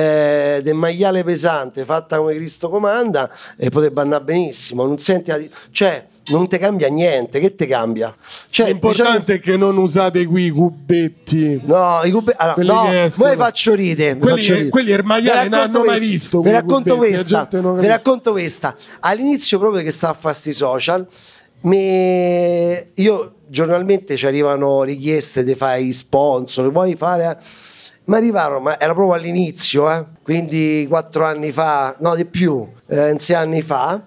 S2: eh, del maiale pesante fatta come Cristo comanda e potrebbe andare benissimo. Non senti la di- cioè, non ti cambia niente. Che ti cambia? Cioè,
S3: L'importante è che non usate qui i cubetti.
S2: No, i cube... allora,
S3: Quelli
S2: no,
S3: che escono.
S2: voi faccio ride. vi
S3: Quelli-
S2: faccio ride.
S3: quelli il maiale
S2: Vi
S3: non
S2: racconto
S3: hanno mai
S2: questa,
S3: visto
S2: Vi
S3: quei
S2: racconto
S3: cubetti, la
S2: questa.
S3: gente non
S2: Vi
S3: capisce.
S2: racconto questa. All'inizio, proprio che stavo a fare sti social, mi... io giornalmente ci arrivano richieste di fare i sponsor, vuoi fare. Ma arrivarono, ma era proprio all'inizio, eh? Quindi quattro anni fa, no di più, eh, sei anni fa.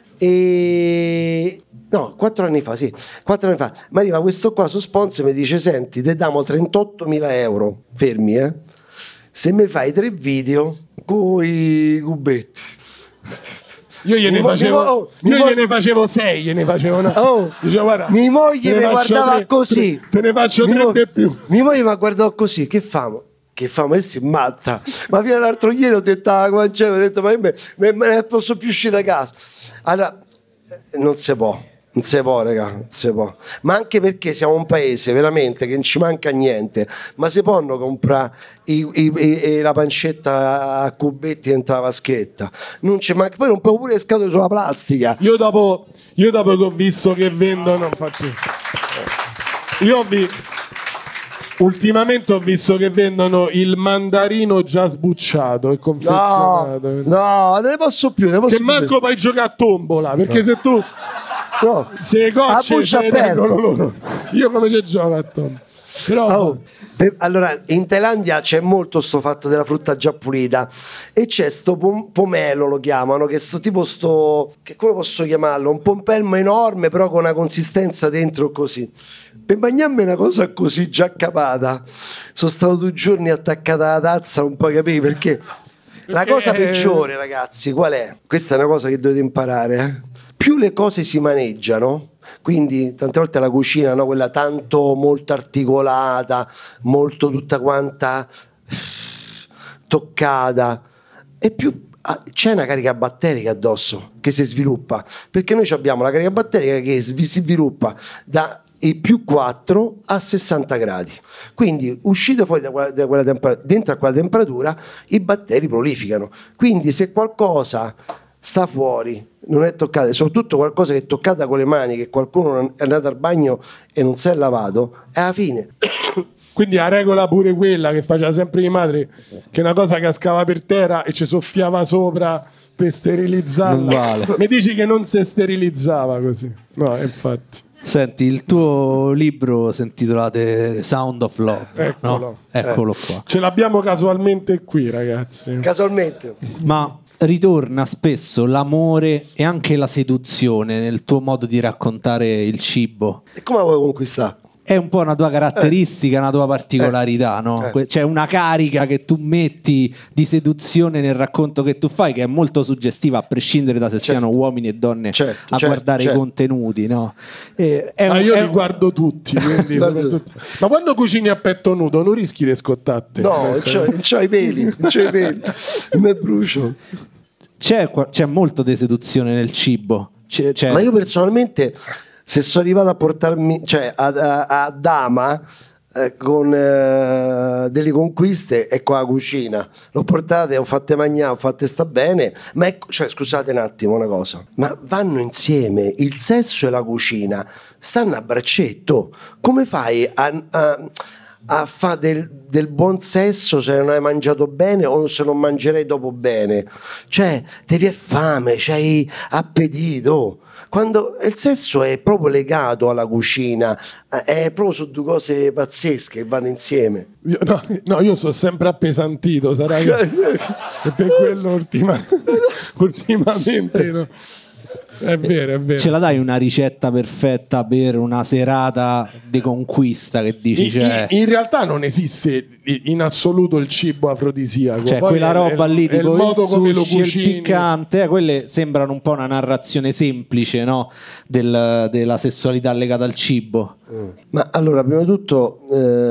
S2: E no, quattro anni fa, sì, quattro anni fa. Ma arriva questo qua su sponsor e mi dice: senti, ti diamo trentottomila euro, fermi, eh? Se mi fai tre video con i cubetti.
S3: Io gliene
S2: Mi vo-
S3: facevo,
S2: mi vo- mi
S3: io
S2: vo-
S3: gliene facevo sei, gliene facevo una.
S2: Oh,
S3: Dicevo, guarda,
S2: mia moglie
S3: te ne
S2: mi
S3: faccio
S2: guardava
S3: tre-
S2: così.
S3: tre- te ne faccio
S2: Mia
S3: tre
S2: mo-
S3: di più.
S2: Mia moglie mi guardò così, che famo? Che famo? E si matta. Ma fino all'altro ieri ho detto a Guanciale, ho detto ma io me, me- me ne posso più uscire da casa. Allora, eh, non si può. Non si può, raga, non si può. Ma anche perché siamo un paese veramente che non ci manca niente. Ma si possono comprare i, i, i, la pancetta a cubetti dentro la vaschetta? Non ci manca. Poi rompevo pure le scatole sulla plastica.
S3: Io dopo, io dopo che ho visto che vendono, infatti, io ho vi, ultimamente ho visto che vendono il mandarino già sbucciato e confezionato.
S2: No, no, non ne posso più. Ne posso
S3: che manco
S2: più.
S3: puoi giocare a tombola, perché
S2: no.
S3: se tu...
S2: No,
S3: se le gocce ce le loro. Io come ci gioco a tombola? Però...
S2: Oh, per, allora, in Thailandia c'è molto sto fatto della frutta già pulita e c'è sto pom- pomelo, lo chiamano, che è sto tipo sto, che come posso chiamarlo? Un pompelmo enorme però con una consistenza dentro così. Per mangiarmi una cosa così già capata, sono stato due giorni attaccata alla tazza, non puoi capire perché. La cosa peggiore, ragazzi, qual è? Questa è una cosa che dovete imparare, eh? Più le cose si maneggiano, quindi tante volte la cucina, no, quella tanto molto articolata, molto tutta quanta toccata, e più c'è una carica batterica addosso che si sviluppa, perché noi abbiamo la carica batterica che si sviluppa da i più quattro a sessanta gradi, quindi uscite fuori da quella, da quella temperatura, dentro a quella temperatura i batteri prolificano, quindi se qualcosa sta fuori, non è toccata, soprattutto qualcosa che è toccata con le mani, che qualcuno è andato al bagno e non si è lavato, è alla fine.
S3: Quindi la regola pure quella che faceva sempre mia madre, che una cosa cascava per terra e ci soffiava sopra per sterilizzarla.
S1: Vale.
S3: Mi dici che non si sterilizzava così? No, infatti.
S1: Senti, il tuo libro si intitola The Sound of Love.
S3: Eccolo.
S1: No? Eccolo
S2: Eh.
S1: qua.
S3: Ce l'abbiamo casualmente qui, ragazzi.
S2: Casualmente.
S1: Ma ritorna spesso l'amore e anche la seduzione nel tuo modo di raccontare il cibo.
S2: E come la vuoi conquistare?
S1: È un po' una tua caratteristica, una tua particolarità, no?
S2: Eh.
S1: Que- C'è una carica che tu metti di seduzione nel racconto che tu fai, che è molto suggestiva, a prescindere da se
S2: Certo.
S1: siano uomini e donne
S2: Certo,
S1: a
S2: certo,
S1: guardare
S2: certo.
S1: i contenuti, no? E- è
S3: Ah,
S1: un-
S3: io
S1: è
S3: li
S1: un-
S3: guardo tutti, quindi
S2: Guarda-
S3: soprattutto- Ma quando cucini a petto nudo non rischi di scottatte?
S2: No, non c'ho, non c'ho i peli, non c'ho i peli, mi brucio.
S1: C'è, qua- c'è molto di seduzione nel cibo. C'è, c'è-
S2: Ma io personalmente, se sono arrivato a portarmi, cioè a, a, a Dama eh, con eh, delle conquiste e con la cucina, l'ho portate, ho fatte mangiare, ho fatte sta bene, ma ecco, cioè, scusate un attimo una cosa, ma vanno insieme il sesso e la cucina, stanno a braccetto, come fai a, a a fare del, del buon sesso se non hai mangiato bene o se non mangerai dopo bene? Cioè, devi avere fame, c'hai appetito. Quando il sesso è proprio legato alla cucina, è proprio su due cose pazzesche che vanno insieme.
S3: Io, no, no, io sono sempre appesantito, sarà che e per quello ultima, ultimamente no. È vero, è vero.
S1: Ce la dai una ricetta perfetta per una serata di conquista che dici?
S3: In,
S1: Cioè,
S3: in- in realtà non esiste in assoluto il cibo afrodisiaco.
S1: cioè
S3: Poi
S1: quella
S3: è-
S1: roba
S3: è-
S1: lì
S3: è il
S1: tipo
S3: modo
S1: il
S3: come lo
S1: sushi, il
S3: cucini.
S1: piccante, eh, quelle sembrano un po' una narrazione semplice, no? Del- della sessualità legata al cibo.
S2: Ma allora, prima di tutto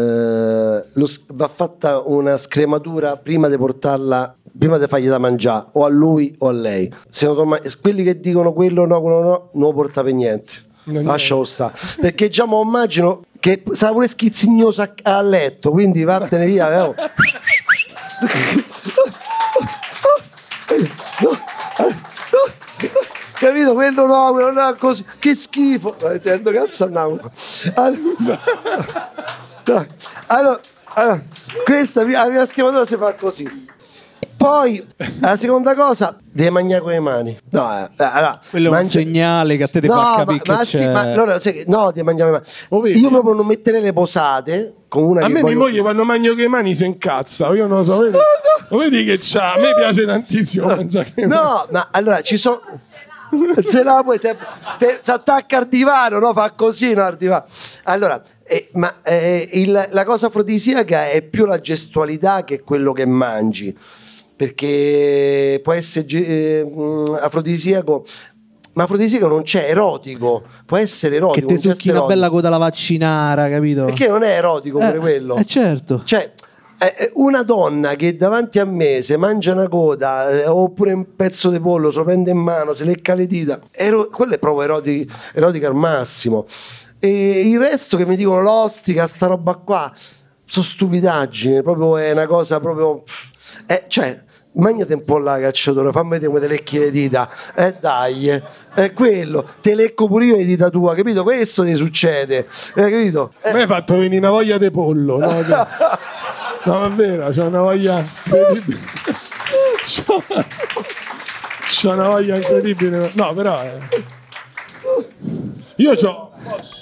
S2: eh, lo s- va fatta una scrematura prima di portarla, prima di fargli da mangiare o a lui o a lei. Se non torna- quelli che dicono quello no, quello no, non lo porta per niente.
S3: Non
S2: Lascialo stare. Perché già mi immagino che sarà pure schizzignoso a, a letto, quindi vattene via. Eh. Capito? Quello no, quello no, così. Che schifo. Eh, Tendo cazzo andiamo. Allora, allora, allora, questa la prima schematura si fa così. Poi la seconda cosa, devi mangiare con le mani. No, eh, allora,
S1: Quello è un
S2: mangia-
S1: segnale che a te ti
S2: no,
S1: fa
S2: ma,
S1: capire
S2: ma
S1: che
S2: sì,
S1: c'è.
S2: ma allora, sai che- no, devi mangiare con le
S3: Oh,
S2: mani.
S3: vedi?
S2: Io proprio non metterei le posate con una
S3: A
S2: che
S3: me mia
S2: voglio-
S3: moglie quando mangio che mani si incazza, io non lo so, vedi, lo vedi che c'ha, a me piace tantissimo mangiare che mani.
S2: No, ma allora ci sono. Se no poi te, te, si attacca al divano, no? Fa così, no? Al divano. Allora, eh, ma eh, il- la cosa afrodisiaca è più la gestualità che quello che mangi, perché può essere ge- eh, mh, afrodisiaco, ma afrodisiaco non c'è, erotico, può essere
S1: Che
S2: erotico.
S1: ti
S2: un gesto
S1: succhi una
S2: erotico.
S1: bella coda alla vaccinara, capito?
S2: Perché non è erotico pure
S1: Eh,
S2: quello?
S1: eh, certo.
S2: Cioè, eh, una donna che davanti a me se mangia una coda eh, oppure un pezzo di pollo, se lo prende in mano, si lecca le dita, ero, quello è proprio erotica, erotica al massimo. E il resto che mi dicono l'ostica, sta roba qua, sono stupidaggini, proprio è una cosa proprio... Eh, cioè, magnate un po' la cacciatore, fammi vedere come te lecchi le dita, eh dai, è eh, quello, te lecco pure io le dita tua, capito? Questo ti succede, eh, capito? Eh.
S3: Mi hai fatto venire una voglia di pollo, no? No, è vero, c'ho una voglia incredibile. C'ho, c'ho una voglia incredibile. No, però... Eh. Io c'ho...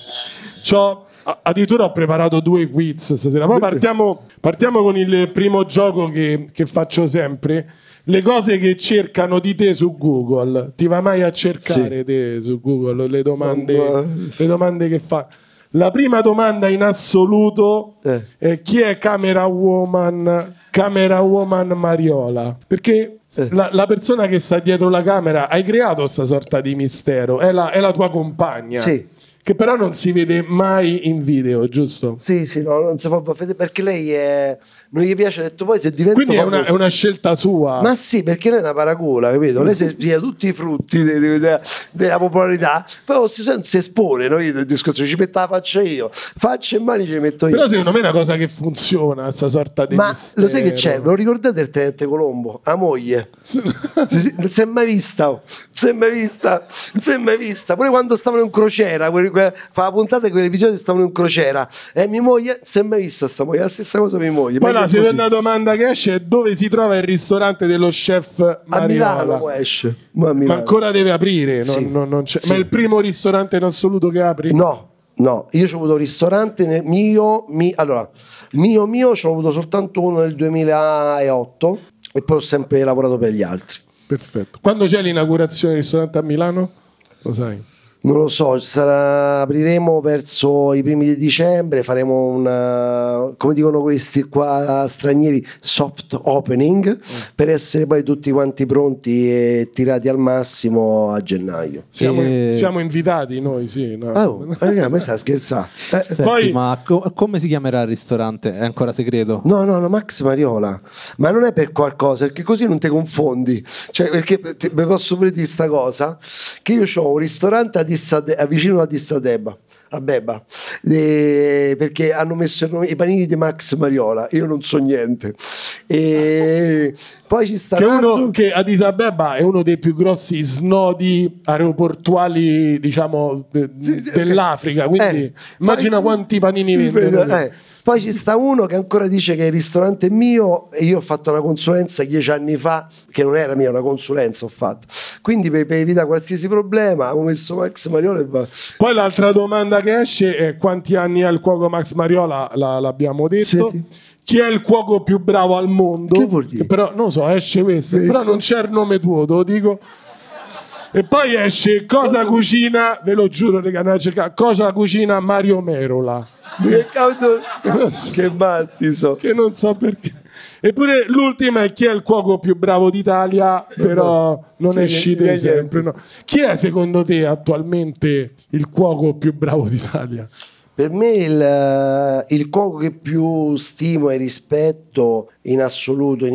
S3: c'ho addirittura ho preparato due quiz stasera. Poi partiamo, partiamo con il primo gioco che, che faccio sempre. Le cose che cercano di te su Google. Ti va mai a cercare sì. te su Google le domande, le domande che fa? La prima domanda in assoluto eh. è: chi è Camera Woman, Camera Woman Mariola? Perché eh. la, la persona che sta dietro la camera, hai creato questa sorta di mistero, è la, è la tua compagna.
S2: Sì.
S3: Che però non si vede mai in video, giusto?
S2: Sì, sì, no, non si fa vedere perché lei è... non gli piace, ha detto poi se diventa
S3: quindi è una, è una scelta sua.
S2: Ma sì, perché lei è una paracola, capito? Lei si via tutti i frutti de, de, de, della popolarità, poi si, si espone, no? Il discorso ci metto la faccia io, faccia e mani ci metto io.
S3: Però secondo me è una cosa che funziona, questa sorta di
S2: ma
S3: mistero.
S2: Lo sai che c'è? Ve lo ricordate il tenente Colombo? La moglie si, si, non si è mai vista, non si è mai vista, non si è mai vista. Pure quando stavano in crociera, que, que, fa la puntata che quegli episodi stavano in crociera, e eh, mia moglie non si è mai vista sta moglie, la stessa cosa mia moglie.
S3: Poi la seconda domanda che esce è: dove si trova il ristorante dello chef Mariola?
S2: A Milano esce. Ma, a Milano.
S3: Ma ancora deve aprire, non,
S2: sì.
S3: non, non c'è.
S2: Sì.
S3: Ma è il primo ristorante in assoluto che apri?
S2: No, no, io ho avuto un ristorante nel mio, mi, allora, mio mio ci ho avuto soltanto uno nel duemilaotto e poi ho sempre lavorato per gli altri.
S3: Perfetto. Quando c'è l'inaugurazione del ristorante a Milano? Lo sai?
S2: Non lo so, sarà, apriremo verso i primi di dicembre, faremo una, come dicono questi qua stranieri, soft opening, mm. per essere poi tutti quanti pronti e tirati al massimo a gennaio.
S3: Siamo,
S1: e...
S3: siamo invitati noi, sì. No.
S2: Oh, raga, ma stai scherzando? Eh,
S1: Senti,
S3: poi...
S1: ma co- come si chiamerà il ristorante? È ancora segreto?
S2: No, no, no, Max Mariola, ma non è per qualcosa, perché così non ti confondi. Cioè, perché ti, vi posso pure dire sta cosa, che io ho un ristorante a Dissade- vicino a Dissadeba, a Beba, eh, perché hanno messo il nome, i panini di Max Mariola, io non so niente. E poi ci sta
S3: che
S2: uno
S3: uno che Addis Abeba è uno dei più grossi snodi aeroportuali, diciamo, de- dell'Africa, quindi
S2: eh,
S3: immagina
S2: poi,
S3: quanti panini vendono.
S2: Eh. Poi ci sta uno che ancora dice che il ristorante è mio e io ho fatto una consulenza dieci anni fa, che non era mia, una consulenza ho fatto. Quindi per, per evitare qualsiasi problema ho messo Max Mariola e va.
S3: Poi l'altra domanda che esce è: quanti anni ha il cuoco Max Mariola? La, l'abbiamo detto.
S2: Senti.
S3: Chi è il cuoco più bravo al mondo?
S2: Che vuol dire?
S3: Che però non so, esce questo,
S2: questo,
S3: però non c'è il nome tuo, te lo dico. E poi esce cosa cucina, ve lo giuro, raga, cerca, cosa cucina Mario Merola.
S2: Che cavolo, che matti so.
S3: Che non so perché. Eppure l'ultima è: chi è il cuoco più bravo d'Italia? Però non
S2: sì,
S3: escite sempre. No. Chi è secondo te attualmente il cuoco più bravo d'Italia?
S2: Per me il, il cuoco che più stimo e rispetto in assoluto in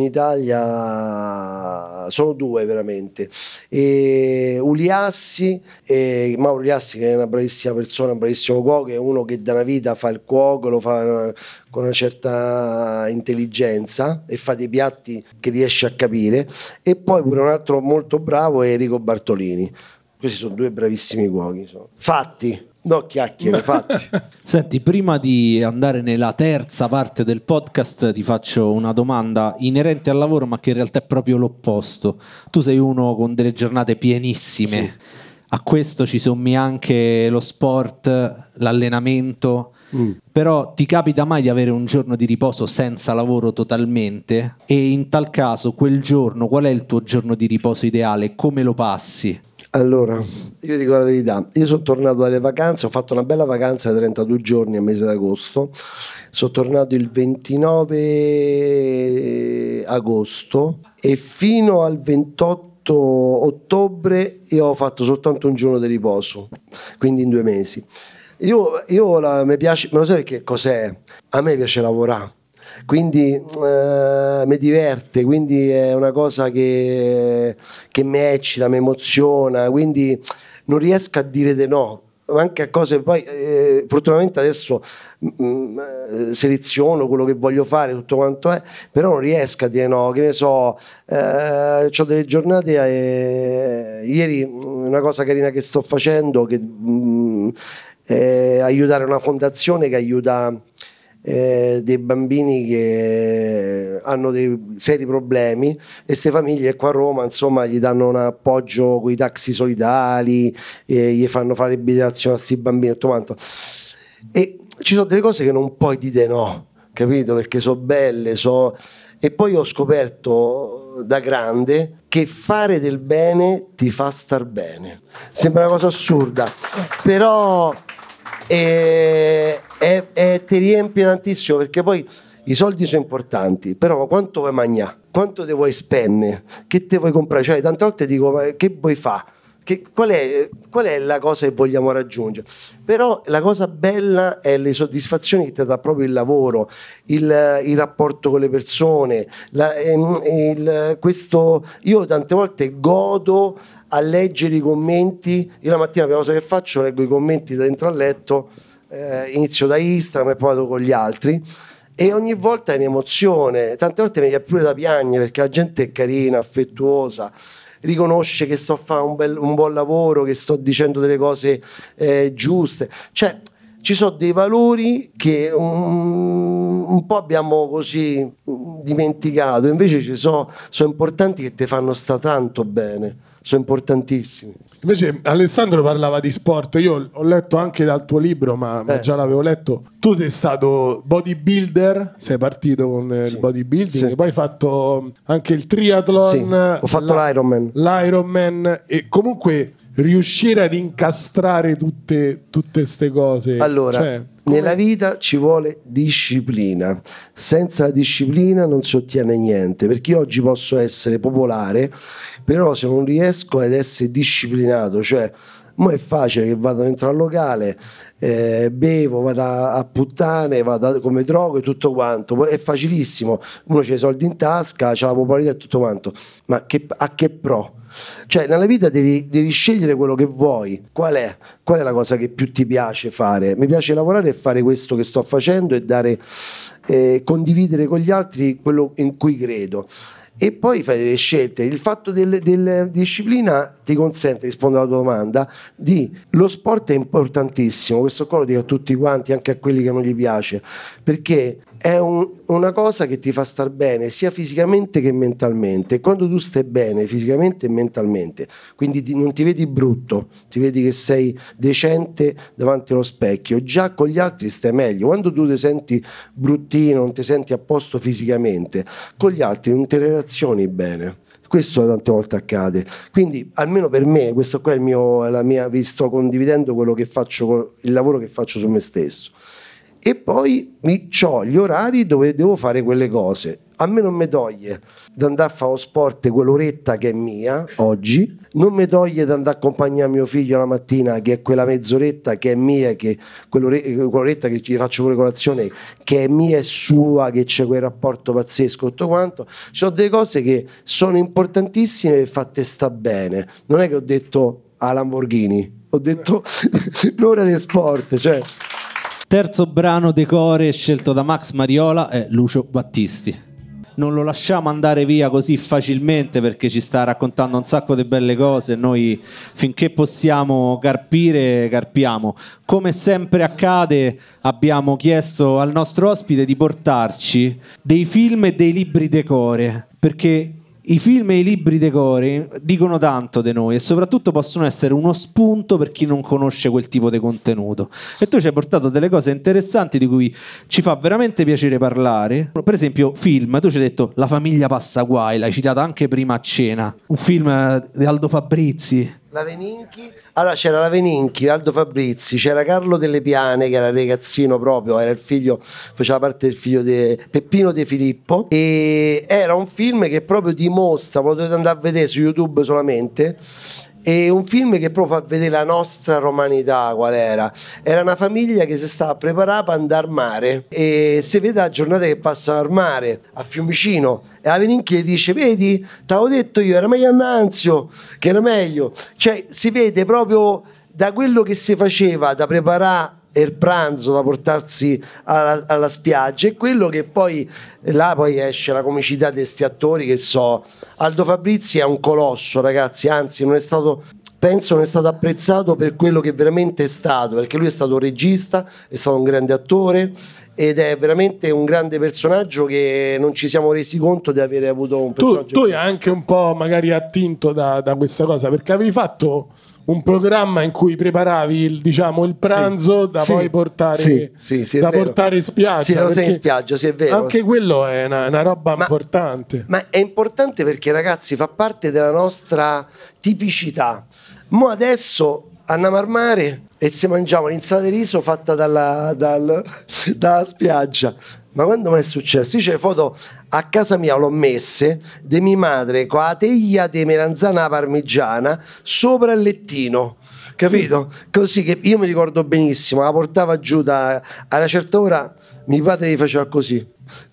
S2: Italia sono due veramente, e Uliassi, e Mauro Uliassi, che è una bravissima persona, un bravissimo cuoco, è uno che da una vita fa il cuoco, lo fa con una certa intelligenza e fa dei piatti che riesce a capire, e poi pure un altro molto bravo è Enrico Bartolini. Questi sono due bravissimi cuochi, sono fatti. No chiacchiere, fatti.
S1: Senti, prima di andare nella terza parte del podcast ti faccio una domanda inerente al lavoro, ma che in realtà è proprio l'opposto. Tu sei uno con delle giornate pienissime, sì. A questo ci sommi anche lo sport, l'allenamento, mm. però ti capita mai di avere un giorno di riposo senza lavoro totalmente? E in tal caso quel giorno, qual è il tuo giorno di riposo ideale? Come lo passi?
S2: Allora, io dico la verità, io sono tornato dalle vacanze, ho fatto una bella vacanza di trentadue giorni al mese d'agosto, sono tornato il ventinove agosto e fino al ventotto ottobre io ho fatto soltanto un giorno di riposo, quindi in due mesi. Io, io la, mi piace, ma lo sai che cos'è? A me piace lavorare. quindi eh, mi diverte, quindi è una cosa che, che mi eccita, mi emoziona, quindi non riesco a dire di no, anche a cose poi eh, fortunatamente adesso mh, seleziono quello che voglio fare, tutto quanto è, però non riesco a dire no, che ne so, eh, ho delle giornate eh, ieri una cosa carina che sto facendo che mh, è aiutare una fondazione che aiuta Eh, dei bambini che hanno dei seri problemi e queste famiglie qua a Roma insomma gli danno un appoggio con i taxi solidali, e gli fanno fare abitazione a questi bambini tutto quanto. E ci sono delle cose che non puoi dire no, capito, perché sono belle, so... e poi ho scoperto da grande che fare del bene ti fa star bene, sembra una cosa assurda, però E, e, e ti riempie tantissimo, perché poi i soldi sono importanti, però quanto vuoi mangiare, quanto te vuoi spendere, che te vuoi comprare, cioè tante volte dico ma che vuoi fare, che, qual, è, qual è la cosa che vogliamo raggiungere, però la cosa bella è le soddisfazioni che ti dà proprio il lavoro, il, il rapporto con le persone, la, il, questo, io tante volte godo a leggere i commenti. Io la mattina la prima cosa che faccio leggo i commenti da dentro al letto, eh, inizio da Instagram e poi vado con gli altri e ogni volta è un'emozione, tante volte mi viene pure da piangere perché la gente è carina, affettuosa, riconosce che sto a fare un, bel, un buon lavoro, che sto dicendo delle cose eh, giuste, cioè ci sono dei valori che un, un po' abbiamo così dimenticato, invece ci sono, sono importanti, che ti fanno sta tanto bene, sono importantissimi.
S3: Invece Alessandro parlava di sport, io ho letto anche dal tuo libro, ma,
S2: eh.
S3: ma già l'avevo letto. Tu sei stato bodybuilder, sei partito con
S2: sì.
S3: il bodybuilding,
S2: sì.
S3: poi hai fatto anche il triathlon.
S2: Sì. Ho fatto la, l'Ironman.
S3: L'Ironman e comunque riuscire ad incastrare tutte queste cose.
S2: Allora,
S3: cioè, come...
S2: nella vita ci vuole disciplina, senza la disciplina non si ottiene niente, perché io oggi posso essere popolare, però se non riesco ad essere disciplinato, cioè mo è facile che vado dentro al locale, eh, bevo, vado a, a puttane, vado a, come drogo e tutto quanto, è facilissimo, uno c'ha i soldi in tasca, c'ha la popolarità e tutto quanto, ma che, a che pro? Cioè nella vita devi, devi scegliere quello che vuoi. Qual è? Qual è la cosa che più ti piace fare? Mi piace lavorare e fare questo che sto facendo e dare, eh, condividere con gli altri quello in cui credo. E poi fai delle scelte. Il fatto della del disciplina ti consente, rispondo alla tua domanda, di lo sport è importantissimo, questo qua lo dico a tutti quanti, anche a quelli che non gli piace, perché è un, una cosa che ti fa star bene sia fisicamente che mentalmente. Quando tu stai bene fisicamente e mentalmente, quindi ti, non ti vedi brutto, ti vedi che sei decente davanti allo specchio, già con gli altri stai meglio. Quando tu ti senti bruttino, non ti senti a posto fisicamente, con gli altri non ti relazioni bene. Questo tante volte accade, quindi almeno per me questo qua è il mio, è la mia, vi sto condividendo quello che faccio, il lavoro che faccio su me stesso. E poi ho gli orari dove devo fare quelle cose. A me non mi toglie di andare a fare lo sport quell'oretta che è mia oggi, non mi toglie di andare a accompagnare mio figlio la mattina, che è quella mezz'oretta che è mia, che quell'oretta che gli faccio pure colazione, che è mia e sua, che c'è quel rapporto pazzesco, tutto quanto. Ci sono delle cose che sono importantissime e fatte sta bene. Non è che ho detto a Lamborghini, ho detto l'ora di sport, cioè.
S1: Terzo brano decore scelto da Max Mariola è Lucio Battisti. Non lo lasciamo andare via così facilmente perché ci sta raccontando un sacco di belle cose. Noi finché possiamo carpire, carpiamo. Come sempre accade, abbiamo chiesto al nostro ospite di portarci dei film e dei libri decore, perché i film e i libri decore dicono tanto di noi e soprattutto possono essere uno spunto per chi non conosce quel tipo di contenuto. E tu ci hai portato delle cose interessanti di cui ci fa veramente piacere parlare. Per esempio, film, tu ci hai detto La famiglia passa guai, l'hai citata anche prima a cena, un film di Aldo Fabrizi.
S2: La Veninchi, allora c'era la Veninchi, Aldo Fabrizi, c'era Carlo Delle Piane che era il ragazzino proprio, era il figlio, faceva parte del figlio di Peppino De Filippo, e era un film che proprio dimostra, potete andare a vedere su YouTube solamente, è un film che proprio fa vedere la nostra romanità qual era. Era una famiglia che si stava preparando per andare al mare e si vede la giornata che passa al mare a Fiumicino e la Veninchia dice: vedi, t'avevo detto io, era meglio Annanzio, che era meglio. Cioè si vede proprio da quello che si faceva da preparare il pranzo da portarsi alla, alla spiaggia e quello che poi là poi esce la comicità di questi attori che so. Aldo Fabrizi è un colosso, ragazzi, anzi non è stato, penso non è stato apprezzato per quello che veramente è stato, perché lui è stato un regista, è stato un grande attore ed è veramente un grande personaggio che non ci siamo resi conto di avere avuto un personaggio.
S3: Tu, tu hai anche un po' magari attinto da, da questa cosa, perché avevi fatto un programma in cui preparavi il, diciamo, il pranzo
S2: sì,
S3: da
S2: sì,
S3: poi portare,
S2: sì, sì, sì,
S3: da
S2: vero.
S3: portare in spiaggia.
S2: Sì, lo sei in spiaggia, sì, è vero.
S3: Anche quello è una, una roba
S2: ma,
S3: importante.
S2: Ma è importante perché, ragazzi, fa parte della nostra tipicità. Mo adesso andiamo al mare e si mangiamo l'insalata di riso fatta dalla, dal, dalla spiaggia. Ma quando mai è successo? Io c'è foto a casa mia, l'ho messe di mia madre con la teglia di melanzana parmigiana sopra il lettino, capito? Sì. Così che io mi ricordo benissimo, la portava giù da, a una certa ora mio padre gli faceva così.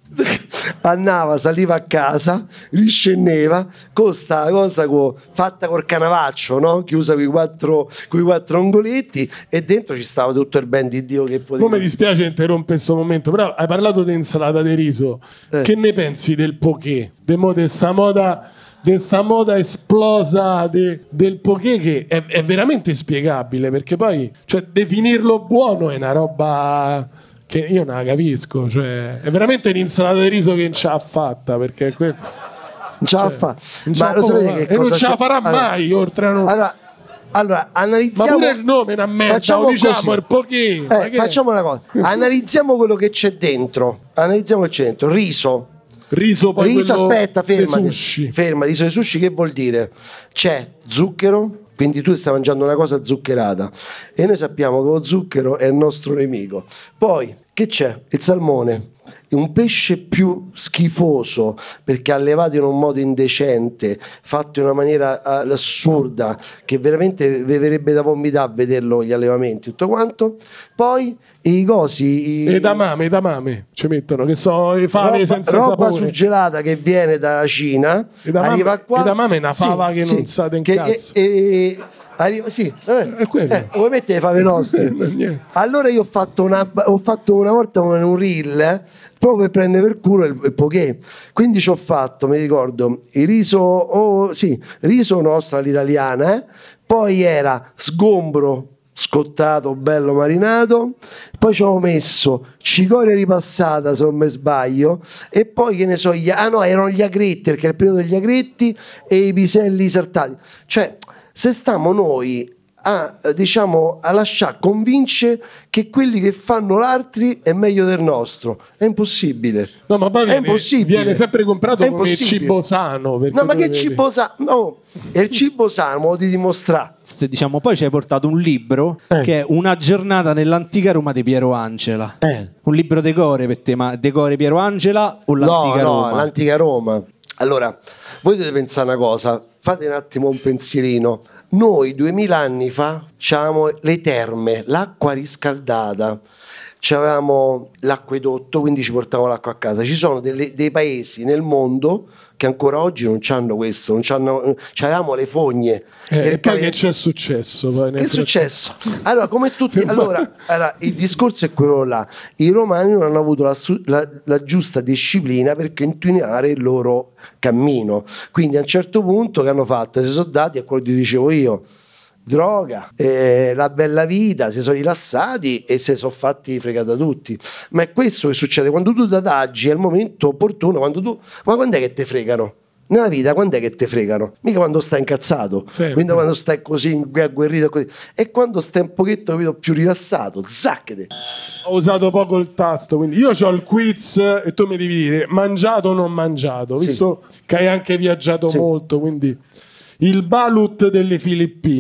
S2: Andava, saliva a casa, riscendeva con sta cosa co, fatta col canavaccio, no? Chiusa con i quattro, coi quattro ongoletti e dentro ci stava tutto il ben di Dio che poteva.
S3: Non mi dispiace interrompere questo momento, però hai parlato di insalata di riso. Eh. Che ne pensi del poké? De mo de sta moda, de sta moda esplosa de, del poké che è, è veramente spiegabile, perché poi cioè, definirlo buono è una roba che io non la capisco, cioè è veramente l'insalata di riso che non ce l'ha fatta, perché que...
S2: non ce la
S3: cioè,
S2: fa,
S3: ma lo sapete che e cosa non ce la farà allora, mai oltre a non...
S2: allora, allora analizziamo,
S3: ma pure il nome è una merda,
S2: facciamo
S3: diciamo
S2: così.
S3: il poké,
S2: eh, facciamo una cosa, analizziamo quello che c'è dentro, analizziamo il c'è dentro, riso
S3: riso poi
S2: riso aspetta, fermati,
S3: sushi.
S2: ferma, riso di sushi che vuol dire? C'è zucchero, quindi tu stai mangiando una cosa zuccherata e noi sappiamo che lo zucchero è il nostro nemico. Poi che c'è? Il salmone, un pesce più schifoso perché allevato in un modo indecente, fatto in una maniera uh, assurda, che veramente vi verrebbe da vomitare a vederlo gli allevamenti, tutto quanto. Poi i cosi i...
S3: e da mame, da mame ci mettono che so i fave
S2: roba,
S3: senza
S2: roba
S3: sapore,
S2: suggelata che viene dalla Cina
S3: e da
S2: arriva
S3: mame,
S2: qua
S3: e da mame è una fava
S2: sì,
S3: che
S2: sì,
S3: non sa del
S2: che,
S3: cazzo
S2: e, e, arriva, sì, eh,
S3: è quello.
S2: Eh, vuoi mettere le fave nostre? Allora io ho fatto una, ho fatto una volta un reel eh, proprio per prendere per culo il, il poké, quindi ci ho fatto, mi ricordo, il riso oh, sì, riso nostro all'italiana, eh? Poi era sgombro scottato, bello marinato, poi ci avevo messo cicoria ripassata se non mi sbaglio e poi che ne so, gli, ah no, erano gli agretti perché è il periodo degli agretti e i piselli saltati, cioè se stiamo noi a, diciamo, a lasciare convincere che quelli che fanno l'altri è meglio del nostro, è impossibile.
S3: No, ma poi
S2: è
S3: viene,
S2: impossibile.
S3: Viene sempre comprato
S2: è
S3: come cibo sano.
S2: No, ma che vedi. Cibo sano? No, è il cibo sano, lo di dimostrare.
S1: Diciamo, poi ci hai portato un libro eh. che è Una giornata nell'antica Roma di Piero Angela.
S2: Eh.
S1: Un libro decore per te, ma decore Piero Angela o l'antica
S2: no,
S1: Roma?
S2: No, l'antica Roma. Allora, voi dovete pensare una cosa, fate un attimo un pensierino. Noi duemila anni fa c'avevamo le terme, l'acqua riscaldata, c'avevamo l'acquedotto, quindi ci portavamo l'acqua a casa. Ci sono delle, dei paesi nel mondo che ancora oggi non c'hanno questo, non c'hanno, c'avevamo le fogne.
S3: Eh, e poi che c'è successo? Poi
S2: che è successo? Allora, come tutti, allora, allora, il discorso è quello là. I romani non hanno avuto la, la, la giusta disciplina per continuare il loro cammino. Quindi a un certo punto che hanno fatto? Si sono dati a quello che ti dicevo io. Droga, eh, la bella vita, si sono rilassati e si sono fatti fregati da tutti. Ma è questo che succede quando tu dataggi al momento opportuno, quando tu, ma quando è che te fregano? Nella vita quando è che te fregano? Mica quando stai incazzato,
S3: sempre.
S2: Quindi quando stai così agguerrito così. E quando stai un pochetto più rilassato, zacchete.
S3: Ho usato poco il tasto, quindi io ho il quiz e tu mi devi dire mangiato o non mangiato,
S2: sì.
S3: Visto che hai anche viaggiato sì. molto, quindi il balut delle Filippine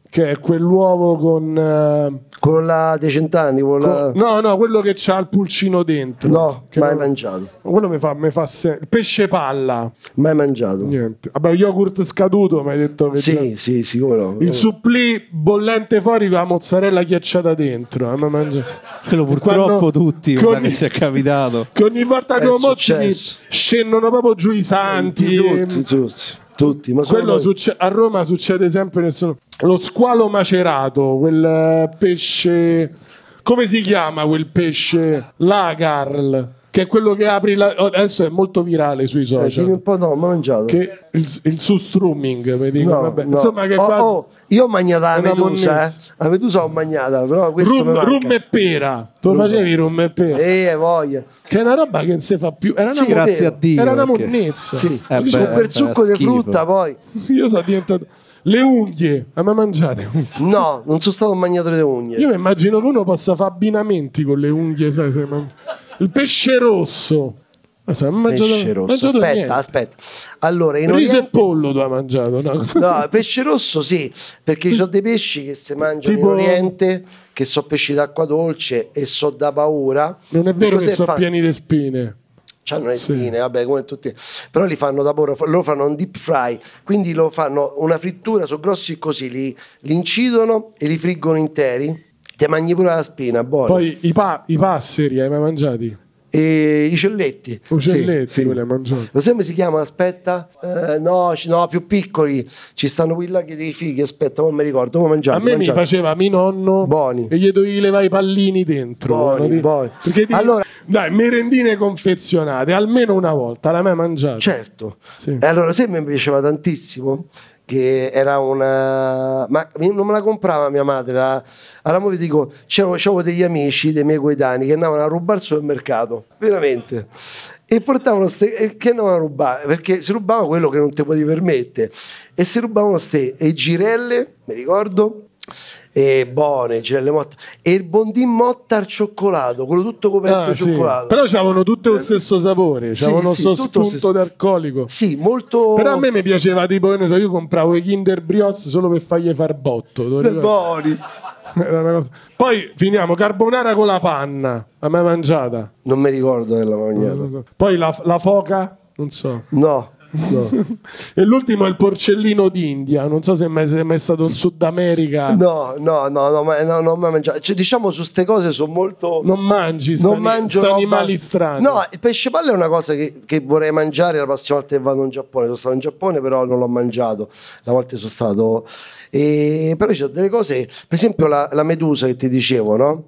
S3: che è quell'uovo con... eh,
S2: Quello là dei cent'anni, quello là...
S3: con- no, no, quello che c'ha il pulcino dentro.
S2: No,
S3: Che
S2: mai
S3: non-
S2: mangiato.
S3: Quello mi fa, mi fa se- il pesce palla.
S2: Mai mangiato.
S3: Niente. Vabbè, yogurt scaduto, mi hai detto che
S2: Sì, sì, sì, come no.
S3: il supplì bollente fuori con la mozzarella ghiacciata dentro. eh, ma mangia-
S1: Quello purtroppo
S3: Quando-
S1: tutti, mi
S3: con
S1: sa che
S3: i-
S1: ci è capitato.
S3: Che ogni volta
S2: È
S3: che lo mozzi
S2: successo.
S3: scendono proprio giù i santi.
S2: Tutti, tutti, tutti. Ma sono
S3: Quello
S2: poi-
S3: succe- a Roma succede sempre nessuno. Lo squalo macerato, quel eh, pesce. Come si chiama quel pesce? Lagarl, che è quello che apri la... oh, adesso è molto virale sui
S2: Eh, dimmi
S3: social.
S2: un po', no, ma mangiato.
S3: Che il, il surstrumming, mi dico,
S2: No,
S3: vabbè.
S2: no.
S3: Insomma, che
S2: Oh,
S3: quasi...
S2: oh, io ho mangiato la
S3: È una
S2: medusa, eh.
S3: monnezza.
S2: La medusa ho mangiata, però questo mi
S3: rum,
S2: manca.
S3: rum e pera. Tu
S2: Rum.
S3: facevi rum e pera?
S2: Eh, voglia.
S3: Che è una roba che non si fa più. Era una,
S1: Sì, grazie
S2: vero.
S1: a Dio.
S3: era una
S1: perché-
S3: monnezza.
S2: Sì,
S1: Eh
S2: Dice,
S1: beh,
S2: con quel
S1: beh,
S2: succo di
S1: schifo.
S2: frutta poi.
S3: Io sono diventato. Le unghie, ma mai mangiate?
S2: No, non sono stato mangiato le unghie.
S3: Io mi immagino che uno possa fare abbinamenti con le unghie, sai, se man- il pesce rosso. Ma sai, non ho mangiato,
S2: Pesce rosso.
S3: mangiato
S2: Aspetta,
S3: niente.
S2: aspetta. Allora, in
S3: Riso e
S2: Oriente...
S3: pollo tu hai mangiato, no?
S2: No, pesce rosso sì, perché ci sono dei pesci che si mangiano
S3: Tipo-
S2: in Oriente, che sono pesci d'acqua dolce e so da paura.
S3: Non è vero
S2: Cos'è
S3: che sono
S2: fa-
S3: pieni di spine.
S2: C'hanno le spine, vabbè, come tutti. Però li fanno da paura, lo fanno un deep fry, quindi lo fanno una frittura, sono grossi così, li, li incidono e li friggono interi. Te mangi pure la spina, buono.
S3: Poi i, pa- i passeri hai mai mangiati?
S2: E i celletti.
S3: Uccelletti,
S2: Sì, sì.
S3: quelli hai mangiati.
S2: Lo sai come si chiama? Aspetta, Eh, no, ci- no, più piccoli. Ci stanno quelli là che dei fighi. Aspetta, non mi ricordo. Come mangiare?
S3: A me mi faceva mio nonno
S2: Buoni.
S3: e gli dovevi levare i pallini dentro.
S2: Buoni,
S3: no?
S2: buoni.
S3: Perché ti-
S2: Allora-
S3: dai, merendine confezionate almeno una volta, l'hai mai mangiato?
S2: Certo.
S3: Sì.
S2: E allora, sai, mi piaceva tantissimo. Che era una, ma non me la comprava mia madre. La... Allora, mo vi dico, c'avevo, c'avevo degli amici, dei miei coetanei che andavano a rubare al supermercato, veramente. E portavano ste... e che andavano a rubare perché si rubava quello che non ti potevi permettere. E si rubavano ste e girelle, mi ricordo. E buone, girelle motta e il bondin motta al cioccolato, quello tutto coperto
S3: Ah,
S2: di
S3: sì.
S2: cioccolato.
S3: Però c'avevano tutte lo stesso sapore,
S2: Sì,
S3: c'avevano
S2: sì,
S3: sto
S2: tutto lo
S3: spunto
S2: stesso.
S3: di alcolico.
S2: Sì, molto.
S3: Però a me mi piaceva tipo, che ne so, io compravo i Kinder Brioche solo per fargli far botto. te lo ricordi?
S2: buoni.
S3: Era una cosa- Poi finiamo, carbonara con la panna, l'hai mai mangiata?
S2: Non mi ricordo della mangiata.
S3: Poi la, la foca, non so.
S2: No, no.
S3: E l'ultimo è il porcellino d'India, non so se è mai, se è mai stato in Sud America.
S2: No, no, no, no, ma- no, non mi mangiato. Cioè, diciamo su ste cose sono molto.
S3: Non mangi
S2: non
S3: stani,
S2: mangio
S3: sta
S2: roba-
S3: animali strani.
S2: No, il pesce palla è una cosa che, che vorrei mangiare la prossima volta che vado in Giappone. Sono stato in Giappone, però non l'ho mangiato. La volta sono stato. E... Però ci sono delle cose, per esempio la, la medusa che ti dicevo, no?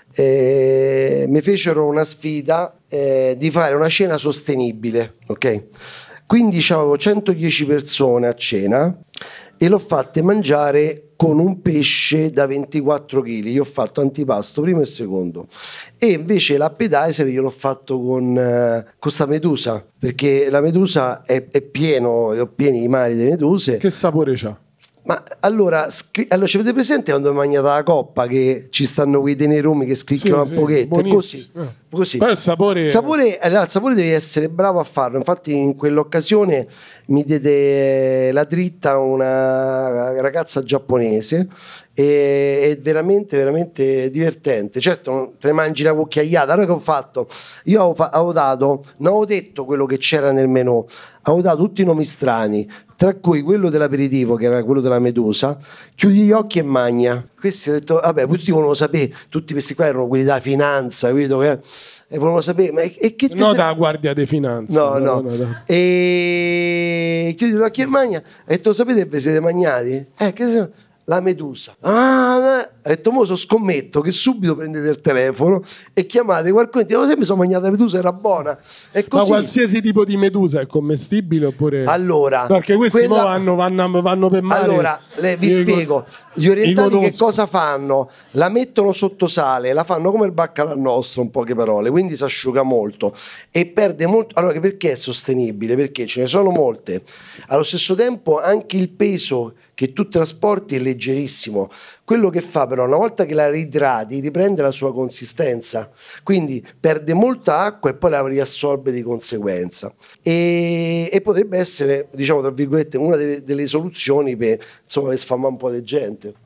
S2: Eh, mi fecero una sfida eh, di fare una cena sostenibile, ok? Quindi avevo centodieci persone a cena e l'ho fatte mangiare con un pesce da ventiquattro chili. Io ho fatto antipasto primo e secondo, e invece l'appetizer io l'ho fatto con eh, questa medusa, perché la medusa è, è pieno, ho pieni i mari di meduse.
S3: Che sapore c'ha?
S2: Ma allora, scri- allora ci avete presente quando mangiate la coppa che ci stanno quei tenerumi che scricchiano
S3: Sì,
S2: un
S3: sì,
S2: pochetto? È così,
S3: buonissimo. Eh.
S2: così.
S3: Poi il sapore...
S2: Il sapore, allora, il sapore devi essere bravo a farlo. Infatti in quell'occasione mi diede la dritta una ragazza giapponese e è veramente veramente divertente. Certo non te ne mangi una cucchiaiata. Allora che ho fatto? Io avevo, fa- avevo dato, non avevo detto quello che c'era nel menù, avevo dato tutti i nomi strani, tra cui quello dell'aperitivo che era quello della medusa. Chiudi gli occhi e magna. Questi ho detto vabbè, tutti volevano sapere, tutti questi qua erano quelli della finanza, quelli dove, e volevano sapere ma e, e che te
S3: No,
S2: sei-
S3: da guardia di finanza.
S2: No, no,
S3: da-
S2: e chiudi gli occhi e magna. Ha detto sapete che vi siete magnati? Eh, che se... La medusa. Ah, eh. Ha detto mo so scommetto che subito prendete il telefono e chiamate qualcuno e dite oh, se mi sono mangiata la medusa, era buona. E
S3: Ma
S2: così.
S3: qualsiasi tipo di medusa è commestibile oppure...
S2: Allora,
S3: No, perché questi
S2: quella-
S3: mo vanno, vanno, vanno per mare.
S2: Allora, le- vi
S3: Io i co-
S2: spiego. Gli
S3: i
S2: orientali che
S3: conosco.
S2: cosa fanno? La mettono sotto sale, la fanno come il baccalà nostro, in poche parole, quindi si asciuga molto e perde molto. Allora, perché è sostenibile? Perché ce ne sono molte. Allo stesso tempo anche il peso che tu trasporti è leggerissimo. Quello che fa però, una volta che la ridrati, riprende la sua consistenza, quindi perde molta acqua e poi la riassorbe di conseguenza. E, e potrebbe essere, diciamo tra virgolette, una delle, delle soluzioni per, insomma, per sfamare un po' di gente.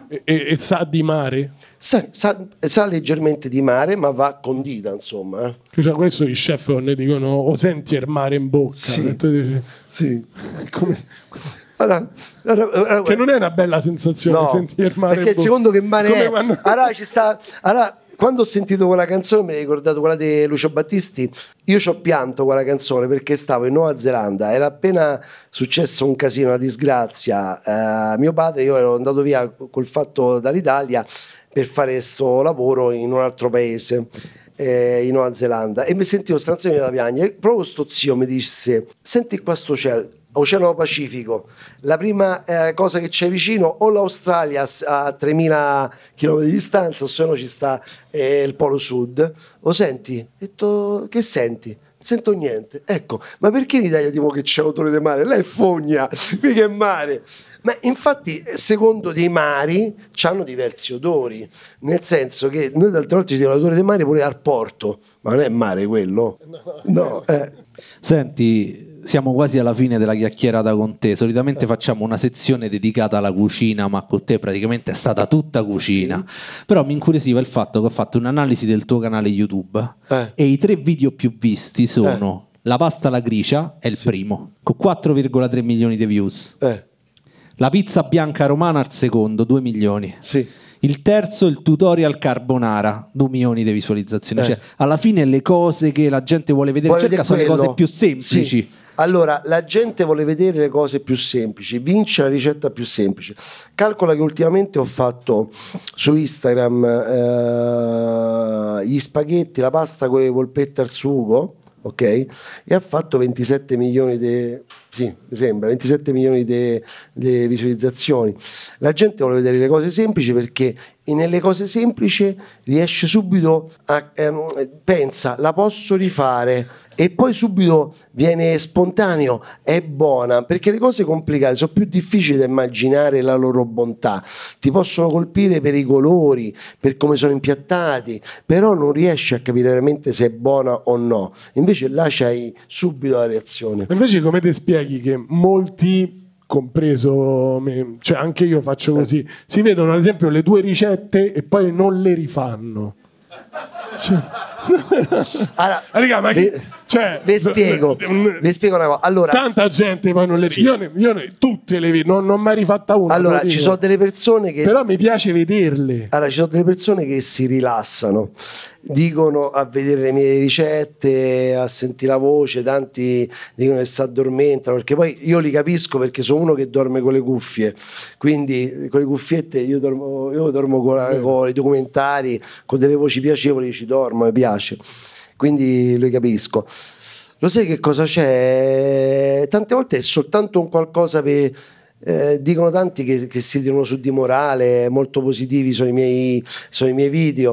S3: E, e, e sa di mare?
S2: Sa, sa, sa leggermente di mare, ma va condita, insomma. Eh.
S3: Cioè, questo i chef ne dicono o senti il mare in bocca.
S2: Sì.
S3: E tu dici,
S2: Sì.
S3: come...
S2: Allora, allora, allora,
S3: Che non è una bella sensazione
S2: no,
S3: sentire il mare
S2: perché
S3: in bocca.
S2: secondo che mare
S3: Come
S2: è
S3: quando-
S2: allora, ci sta, allora, quando ho sentito quella canzone mi hai ricordato quella di Lucio Battisti. Io ci ho pianto quella canzone perché stavo in Nuova Zelanda, era appena successo un casino, una disgrazia. Eh, mio padre, io ero andato via col fatto dall'Italia per fare questo lavoro in un altro paese, eh, in Nuova Zelanda, e mi sentivo stanzione da piangere. Proprio sto zio mi disse: senti qua sto cielo, Oceano Pacifico, la prima eh, cosa che c'è vicino o l'Australia a tremila chilometri di distanza, o se no ci sta eh, il Polo Sud. Lo senti? Ho detto: che senti? Non sento niente. Ecco, ma perché in Italia tipo che c'è odore di mare? Lei è fogna, qui che è mare. Ma infatti, secondo dei mari, hanno diversi odori, nel senso che noi d'altre volte ci dicono l'odore del mare pure al porto, ma non è mare quello? No, eh.
S1: Senti, siamo quasi alla fine della chiacchierata con te. Solitamente facciamo una sezione dedicata alla cucina, ma con te praticamente è stata tutta cucina. Sì. Però mi incuriosiva il fatto che ho fatto un'analisi del tuo canale YouTube
S2: Eh.
S1: e i tre video più visti sono eh. La pasta alla gricia, è il sì. primo, con quattro virgola tre milioni di views.
S2: Eh.
S1: La pizza bianca romana al secondo, due milioni.
S2: Sì.
S1: Il terzo, il tutorial carbonara, due milioni di visualizzazioni.
S2: Eh.
S1: Cioè, alla fine le cose che la gente vuole vedere
S2: Vuole
S1: cerca
S2: vedere
S1: sono le
S2: quello.
S1: cose più semplici.
S2: Sì. Allora, la gente vuole vedere le cose più semplici, vince la ricetta più semplice. Calcola che ultimamente ho fatto su Instagram eh, gli spaghetti, la pasta con le polpette al sugo, ok? E ha fatto ventisette milioni di... sì, mi sembra, ventisette milioni di visualizzazioni. La gente vuole vedere le cose semplici perché nelle cose semplici riesce subito a... Ehm, pensa, la posso rifare... E poi subito viene spontaneo, è buona, perché le cose complicate sono più difficili da immaginare la loro bontà, ti possono colpire per i colori, per come sono impiattati, però non riesci a capire veramente se è buona o no, invece là c'hai subito la reazione.
S3: Invece come ti spieghi che molti, compreso me, cioè anche io faccio così, si vedono ad esempio le tue ricette e poi non le rifanno? Cioè...
S2: Allora,
S3: Raga, ma
S2: vi,
S3: che, cioè,
S2: vi spiego vi spiego una cosa. Allora,
S3: tanta gente poi non le sì. io, ne, io ne, tutte le vedo, non, non ho mai rifatta una.
S2: Allora ci sono delle persone che
S3: però mi piace vederle.
S2: Allora ci sono delle persone che si rilassano, dicono a vedere le mie ricette, a sentire la voce, tanti dicono che si addormentano, perché poi io li capisco perché sono uno che dorme con le cuffie, quindi con le cuffiette io dormo, io dormo con, la, con i documentari, con delle voci piacevoli, ci dormo, mi piace, quindi lo capisco. Lo sai che cosa c'è? Tante volte è soltanto un qualcosa per... Eh, dicono tanti che, che si tirano su di morale, molto positivi sono i miei, sono i miei video.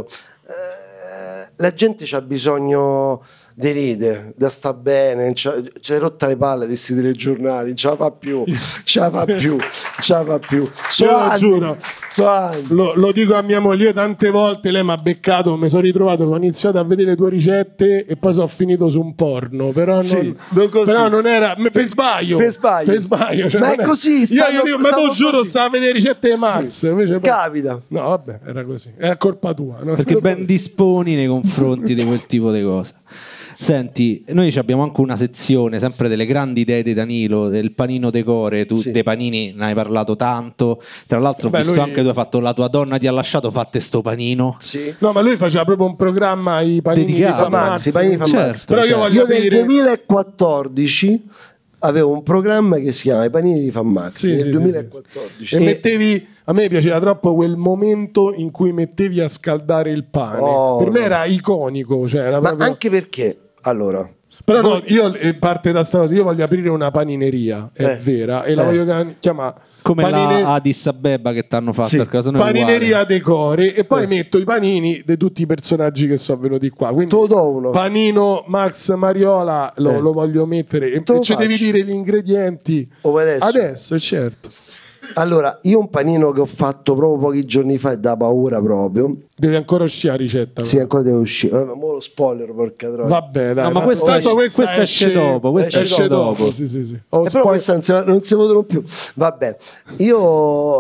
S2: Eh, la gente c'ha bisogno di ride, da sta bene, c'è rotta le palle di questi telegiornali, non ce la fa più, ce la fa più, ce la fa più. So
S3: io
S2: anni,
S3: giuro,
S2: so anni.
S3: Lo, lo dico a mia moglie, io tante volte lei mi ha beccato, mi sono ritrovato, ho iniziato a vedere le tue ricette e poi sono finito su un porno, però non,
S2: sì, non, così.
S3: Però non era, per sbaglio,
S2: per sbaglio,
S3: per sbaglio cioè
S2: ma è così,
S3: io, io dico, ma tu giuro stavo a vedere ricette di Max,
S2: sì.
S3: invece poi...
S2: capita,
S3: no vabbè, era così, era colpa tua, no?
S1: Perché ben disponi nei confronti di quel tipo di cose. Senti, noi abbiamo anche una sezione sempre delle grandi idee di Danilo, del panino decore, tu sì. dei panini ne hai parlato tanto, tra l'altro ho
S3: Beh,
S1: visto
S3: lui...
S1: anche tu hai fatto La tua donna ti ha lasciato, fate sto panino.
S2: Sì.
S3: No, ma lui faceva proprio un programma ai panini
S1: dedicato.
S3: di Famazzi,
S2: panini di Famazzi.
S1: Certo,
S3: però io
S1: certo.
S3: voglio
S2: io nel
S3: dire...
S2: duemilaquattordici avevo un programma che si chiama I panini di Famazzi,
S3: sì,
S2: nel
S3: sì,
S2: duemilaquattordici.
S3: Sì, sì. E mettevi, a me piaceva troppo quel momento in cui mettevi a scaldare il pane,
S2: oh,
S3: per me
S2: no.
S3: era iconico, cioè era
S2: ma
S3: proprio...
S2: anche perché allora
S3: però no, io parte da sta cosa, io voglio aprire una panineria, è
S2: eh.
S3: vera, e
S2: eh.
S3: la voglio chiamare
S1: come
S3: panine...
S1: la Addis Abeba che ti hanno fatto
S2: sì.
S1: a casa noi
S3: panineria decore, e poi
S2: eh.
S3: metto i panini di tutti i personaggi che sono venuti qua, quindi
S2: uno.
S3: panino Max Mariola lo,
S2: eh.
S3: lo voglio mettere e, e ci devi dire gli ingredienti
S2: adesso.
S3: adesso, certo.
S2: Allora, io un panino che ho fatto proprio pochi giorni fa e da paura proprio.
S3: Deve ancora uscire la ricetta.
S2: Sì, ancora deve uscire. Ma mo lo spoiler, porca troia.
S3: Vabbè, dai.
S1: No, ma questa,
S3: tanto
S1: questa, questa esce dopo, questa
S3: esce,
S1: esce
S3: dopo.
S1: dopo.
S3: Sì, sì, sì.
S2: Oh, e però questa non si, non si votano più. Vabbè, io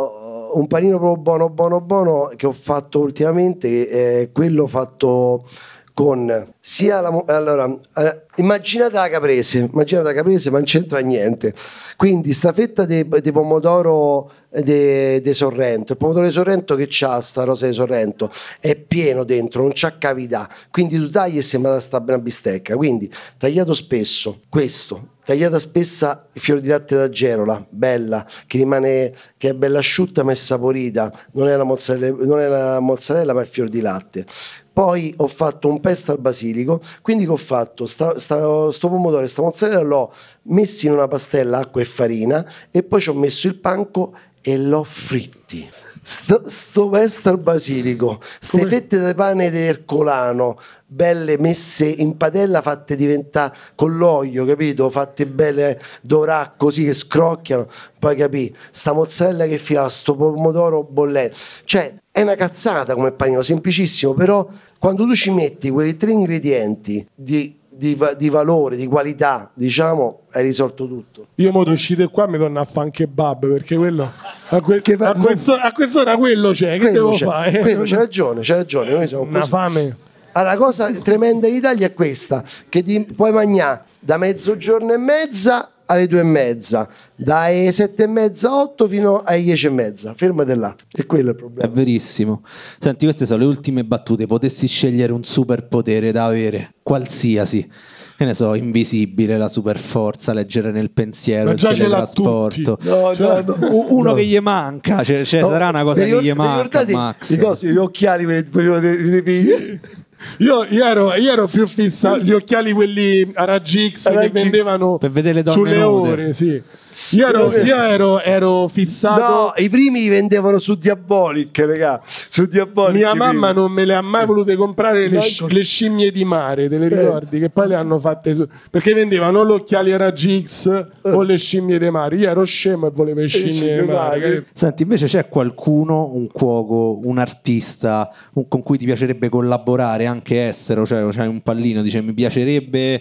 S2: un panino proprio buono buono buono che ho fatto ultimamente è quello fatto con sia la, allora eh, immaginate la caprese, immaginate la caprese, ma non c'entra niente. Quindi sta fetta di pomodoro di Sorrento, il pomodoro di Sorrento che c'ha sta rosa di Sorrento è pieno dentro, non c'ha cavità, quindi tu tagli e sembra sta una bistecca. Quindi tagliato spesso questo, tagliata spessa i fiori di latte d'Agerola, bella, che rimane, che è bella asciutta ma è saporita, non è la mozzarella, non è la mozzarella ma il fior di latte. Poi ho fatto un pesto al basilico, quindi che ho fatto? Sta, sta, sto pomodoro e sta mozzarella l'ho messi in una pastella, acqua e farina, e poi ci ho messo il panco e l'ho fritti. Sto, sto pesto al basilico, ste Come? fette di pane di Ercolano, belle messe in padella, fatte diventare con l'olio, capito? Fatte belle dorà così che scrocchiano, poi capì, sta mozzarella che fila, sto pomodoro bollente, cioè è una cazzata come panino, semplicissimo, però quando tu ci metti quei tre ingredienti di Di, di valore, di qualità, diciamo, hai risolto tutto.
S3: Io mo uscite qua mi torno a fan kebab, perché quello a, que, fa, a, questo, a quest'ora quello c'è, che devo
S2: c'è,
S3: fare?
S2: Quello c'è ragione, c'è ragione. Noi siamo
S3: una
S2: così.
S3: Fame.
S2: Allora, la cosa tremenda in Italia è questa, che ti puoi mangiare da mezzogiorno e mezza alle due e mezza, dai sette e mezza a otto fino alle dieci e mezza, fermate là, e quello è il problema.
S1: È verissimo. Senti, queste sono le ultime battute. Potessi scegliere un superpotere da avere, qualsiasi, che ne so, invisibile, la superforza, leggere nel pensiero,
S3: ma
S1: il
S3: già ce l'ha
S1: teletrasporto,
S2: no, no, no,
S1: uno
S2: no.
S1: che gli manca, cioè, cioè no, sarà una cosa che gli manca, Max.
S2: I cosi, gli occhiali per sì.
S3: Io, io, ero, io ero più fissato, gli occhiali quelli a raggi X che vendevano
S1: per vedere le donne
S3: sulle
S1: nude.
S3: ore, sì. Io, ero, io ero, ero fissato.
S2: No, i primi li vendevano su Diabolic, raga. Su Diabolic.
S3: Mia mamma non me le ha mai volute comprare le, sci- le scimmie di mare, te le ricordi? Eh. Che poi le hanno fatte su- perché vendevano gli occhiali a raggi X eh. o le scimmie di mare. Io ero scemo e volevo le scimmie di mare. Che...
S1: Senti, invece c'è qualcuno, un cuoco, un artista un, con cui ti piacerebbe collaborare anche estero? Cioè, c'hai un pallino, dice mi piacerebbe.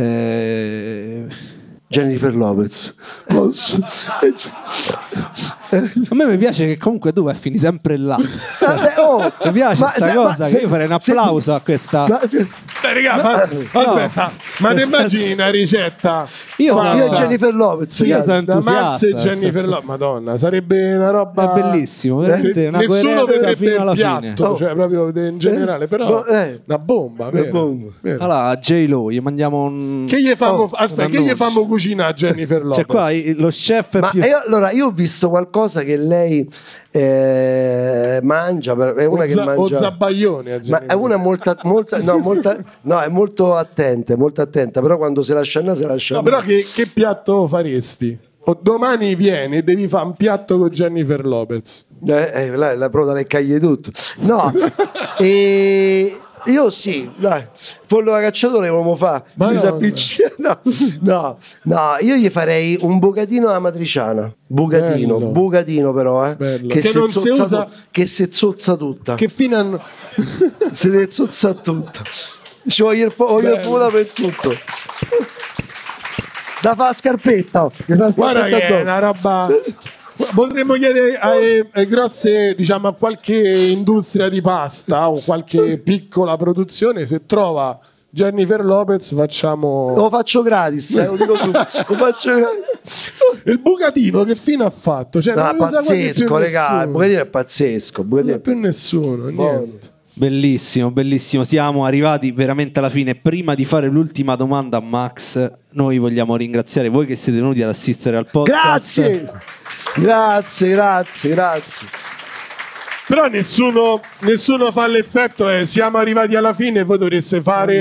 S1: Eh...
S2: Jennifer Lopez. Posso?
S1: A me mi piace che comunque tu vai a finire sempre là.
S2: Vabbè, oh,
S1: mi piace
S2: ma
S1: questa
S2: se,
S1: cosa,
S2: se,
S1: che io farei un applauso
S2: se,
S1: a questa.
S2: Ma, se,
S3: Dai, raga, ma, aspetta, no. Ma ti immagini una ricetta?
S2: Io sono Jennifer Lopez.
S1: Sì, io sono
S3: da Max e
S1: entusiasta,
S3: Jennifer Lopez. Madonna, sarebbe una roba.
S1: È bellissimo, veramente una
S3: nessuno vedrebbe
S1: fino alla
S3: il piatto,
S1: fine.
S3: cioè proprio in generale, però
S2: eh.
S3: una bomba, vero?
S2: Una bomba.
S3: Vero.
S1: Allora, J-Lo, gli mandiamo un.
S3: Che gli famo,
S1: oh,
S3: aspetta, che gli famo cucinare a Jennifer Lopez?
S1: Cioè, qua lo chef è
S2: Ma
S1: più.
S2: io, allora, io ho visto qualcosa che lei eh, mangia, è una
S3: o
S2: che
S3: za-
S2: mangia.
S3: O zabaione,
S2: Ma è una molta, molta, no, molta, no, è molto attenta, molto attenta, però quando si lascia andare, si lascia
S3: no,
S2: andare.
S3: però che, che piatto faresti? O domani vieni e devi fare un piatto con Jennifer Lopez.
S2: Eh, eh, la, la prova le caglie tutto. No, e io sì, dai, pollo da cacciatore come fa?
S3: Ma no,
S2: no, no, no, io gli farei un bucatino alla matriciana. Bucatino,
S3: Bello.
S2: bucatino però, eh,
S3: Che
S2: che,
S3: non
S2: se
S3: si
S2: zozza
S3: usa-
S2: tu- che se zozza tutta.
S3: Che fine hanno...
S2: Se deve zozzare tutta. Ci voglio il, po- voglio il pomodoro per tutto. Da fa la scarpetta, oh. Gli fa la
S3: Guarda
S2: scarpetta
S3: che è
S2: addosso.
S3: una roba. Potremmo chiedere ai, ai grosse, diciamo, a qualche industria di pasta o qualche piccola produzione se trova Jennifer Lopez facciamo
S2: Lo faccio gratis, eh, lo dico tu. Lo faccio gratis.
S3: il bucatino. Che fine ha fatto? Cioè,
S2: No,
S3: non lo usa quasi
S2: pazzesco,
S3: più
S2: regà, il
S3: nessuno.
S2: bucatino è pazzesco. il
S3: Non
S2: bucatino
S3: è
S2: è
S3: più nessuno, niente.
S1: Bellissimo, bellissimo. Siamo arrivati veramente alla fine. Prima di fare l'ultima domanda a Max, noi vogliamo ringraziare voi che siete venuti ad assistere al podcast.
S2: Grazie, grazie, grazie, grazie.
S3: Però nessuno, nessuno fa l'effetto eh, siamo arrivati alla fine e voi dovreste fare
S1: No.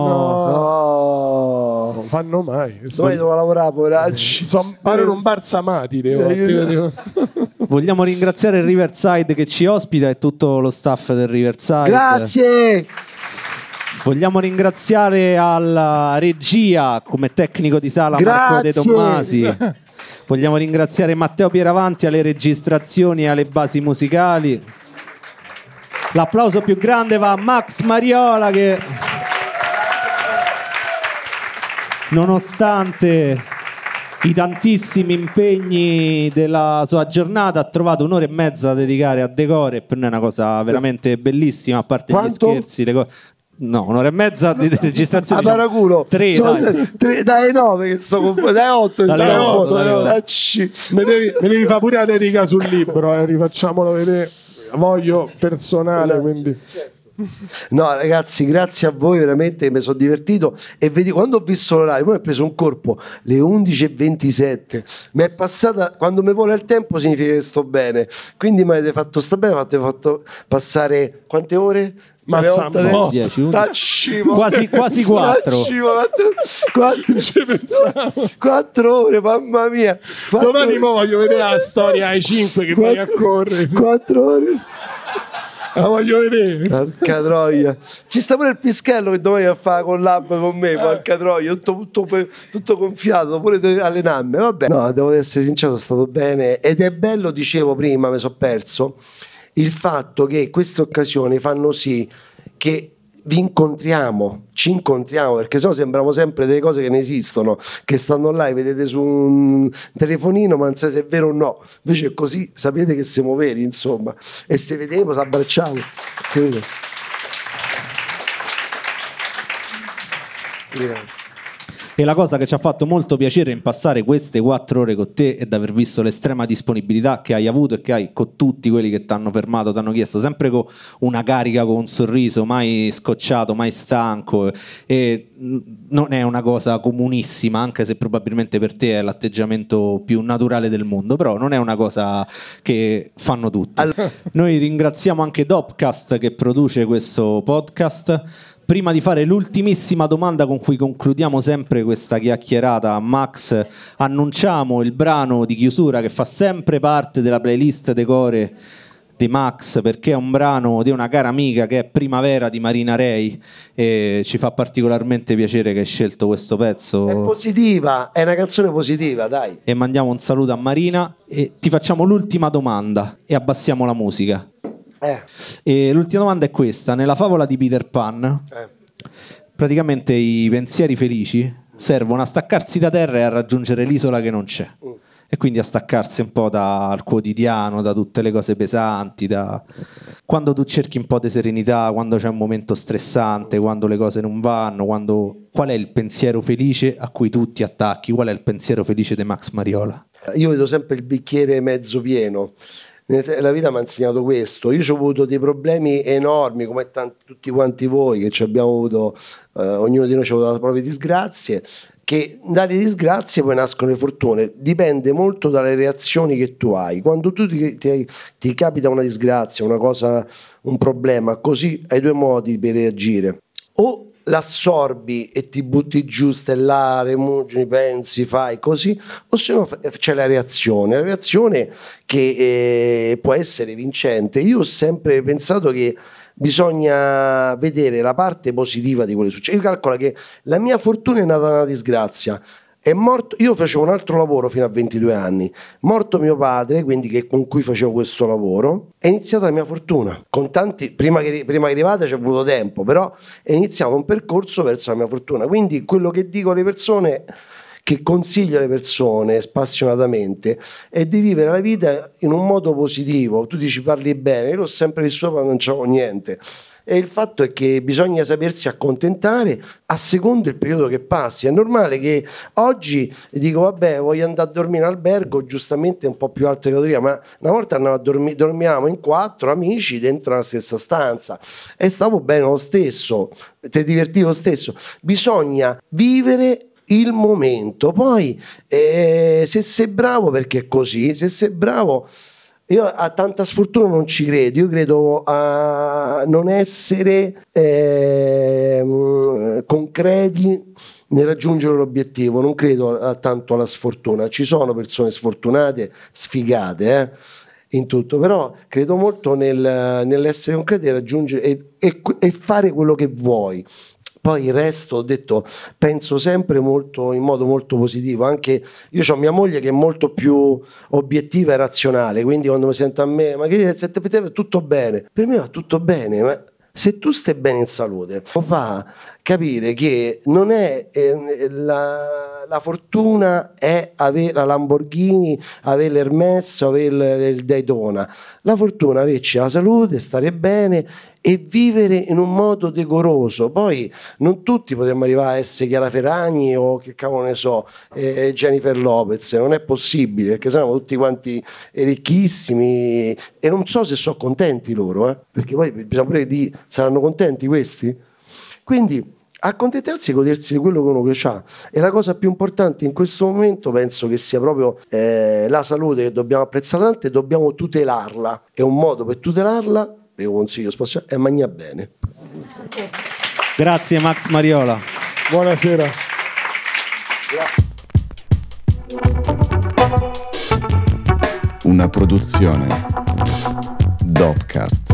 S2: No,
S3: non fanno mai.
S2: noi devo lavorare, poveracci.
S3: Sono parono un barsamati dei volte.
S1: Vogliamo ringraziare il Riverside che ci ospita e tutto lo staff del Riverside.
S2: Grazie.
S1: Vogliamo ringraziare alla regia come tecnico di sala Marco De
S2: Grazie.
S1: Tommasi. Vogliamo ringraziare Matteo Pieravanti alle registrazioni e alle basi musicali. L'applauso più grande va a Max Mariola che nonostante i tantissimi impegni della sua giornata, ha trovato un'ora e mezza da dedicare a Decore, per noi è una cosa veramente bellissima, a parte
S2: Quanto?
S1: gli scherzi, le cose. No, un'ora e mezza di registrazione.
S2: A paraculo,
S1: tre,
S2: sono
S1: dai.
S2: tre, dai nove che sto con dai otto,
S1: Dalle
S2: dai
S1: otto,
S2: otto,
S1: dalle otto.
S2: dai c-
S3: Me devi, me devi fare pure la dedica sul libro, eh, rifacciamolo vedere. Voglio personale, quindi.
S2: No ragazzi, grazie a voi, veramente mi sono divertito. E vedi, quando ho visto l'orario, poi ho preso un corpo le undici e ventisette, mi è passata, quando mi vuole il tempo significa che sto bene, quindi mi avete fatto sta bene, mi avete fatto passare quante ore?
S3: Mazza,
S2: Alle otto,
S3: mo.
S1: dieci, undici.
S2: Tacci, mo.
S1: Quasi- quasi quattro.
S2: Tacci, mo, quattro, quattro,
S3: Ci pensavo.
S2: quattro ore, mamma mia. Quattro
S3: Domani
S2: ore.
S3: mo voglio vedere la storia ai cinque che vai a
S2: Quattro-
S3: correre. Sì.
S2: quattro ore.
S3: La voglio vedere.
S2: Porca troia, ci sta pure il pischello che domani va a fare con l'app con me. Porca troia, tutto, tutto, tutto gonfiato, pure te- alle namme. Vabbè, no, devo essere sincero, è stato bene. Ed è bello, dicevo prima, mi sono perso il fatto che queste occasioni fanno sì che vi incontriamo, ci incontriamo, perché sennò sembriamo sempre delle cose che non esistono, che stanno là e vedete su un telefonino, ma non sai se è vero o no. Invece così sapete che siamo veri, insomma, e se vediamo ci abbracciamo. Capito?
S1: E la cosa che ci ha fatto molto piacere in passare queste quattro ore con te è di aver visto l'estrema disponibilità che hai avuto e che hai con tutti quelli che ti hanno fermato, ti hanno chiesto, sempre con una carica, con un sorriso, mai scocciato, mai stanco. E non è una cosa comunissima, anche se probabilmente per te è l'atteggiamento più naturale del mondo, però non è una cosa che fanno tutti. Noi ringraziamo anche Dopcast che produce questo podcast. Prima di fare l'ultimissima domanda con cui concludiamo sempre questa chiacchierata a Max, annunciamo il brano di chiusura che fa sempre parte della playlist Decore di Max, perché è un brano di una cara amica che è Primavera di Marina Rei, e ci fa particolarmente piacere che hai scelto questo pezzo.
S2: È positiva, è una canzone positiva, dai.
S1: E mandiamo un saluto a Marina e ti facciamo l'ultima domanda e abbassiamo la musica.
S2: Eh,
S1: E l'ultima domanda è questa: nella favola di Peter Pan
S2: eh.
S1: praticamente i pensieri felici servono a staccarsi da terra e a raggiungere l'isola che non c'è, e quindi a staccarsi un po' dal quotidiano, da tutte le cose pesanti, da quando tu cerchi un po' di serenità, quando c'è un momento stressante, quando le cose non vanno, quando... qual è il pensiero felice a cui tu ti attacchi? Qual è il pensiero felice di Max Mariola?
S2: Io vedo sempre il bicchiere mezzo pieno. La vita mi ha insegnato questo. Io ho avuto dei problemi enormi, come tanti, tutti quanti voi che ci abbiamo avuto, eh, ognuno di noi ci ha avuto le proprie disgrazie, che dalle disgrazie poi nascono le fortune. Dipende molto dalle reazioni che tu hai. Quando tu ti, ti, ti capita una disgrazia, una cosa, un problema, così hai due modi per reagire: o l'assorbi e ti butti giù, stellare, mugini, pensi, fai così, o se no c'è la reazione, la reazione che eh, può essere vincente. Io ho sempre pensato che bisogna vedere la parte positiva di quello che succede. Io calcolo che la mia fortuna è nata da una disgrazia. È morto, io facevo un altro lavoro fino a ventidue anni, morto mio padre, quindi che, con cui facevo questo lavoro, è iniziata la mia fortuna. Con tanti, prima che, prima che arrivate c'è avuto tempo, però è iniziato un percorso verso la mia fortuna. Quindi quello che dico alle persone, che consiglio alle persone spassionatamente, è di vivere la vita in un modo positivo. Tu dici parli bene, io l'ho sempre vissuto quando non c'avevo niente. E il fatto è che bisogna sapersi accontentare a secondo il periodo che passi. È normale che oggi dico vabbè, voglio andare a dormire in albergo, giustamente è un po' più alta categoria, ma una volta andavo a dormi- dormiamo in quattro amici dentro la stessa stanza e stavo bene lo stesso, ti divertivo lo stesso. Bisogna vivere il momento, poi eh, se sei bravo, perché è così, se sei bravo. Io a tanta sfortuna non ci credo, io credo a non essere eh, concreti nel raggiungere l'obiettivo, non credo a, tanto alla sfortuna. Ci sono persone sfortunate, sfigate eh, in tutto, però credo molto nel, nell'essere concreti e raggiungere e, e, e fare quello che vuoi. Poi il resto, ho detto, penso sempre molto in modo molto positivo. Anche io ho mia moglie che è molto più obiettiva e razionale, quindi quando mi sento a me, ma che se te è tutto bene, per me va tutto bene, ma Se tu stai bene in salute, lo fa capire che non è eh, la, la fortuna è avere la Lamborghini, avere l'Hermes, avere il Daytona. La fortuna è averci la salute, stare bene e vivere in un modo decoroso. Poi non tutti potremmo arrivare a essere Chiara Ferragni o che cavolo ne so, eh, Jennifer Lopez, non è possibile, perché siamo tutti quanti ricchissimi e non so se sono contenti loro, eh? Perché poi bisogna pure dire, saranno contenti questi? Quindi accontentarsi e godersi di quello che uno che ha. E la cosa più importante in questo momento penso che sia proprio eh, la salute, che dobbiamo apprezzare tanto e dobbiamo tutelarla, e un modo per tutelarla, vi consiglio spazio, è mangiare bene.
S1: Grazie Max Mariola.
S3: Buonasera.
S4: Una produzione Dopcast.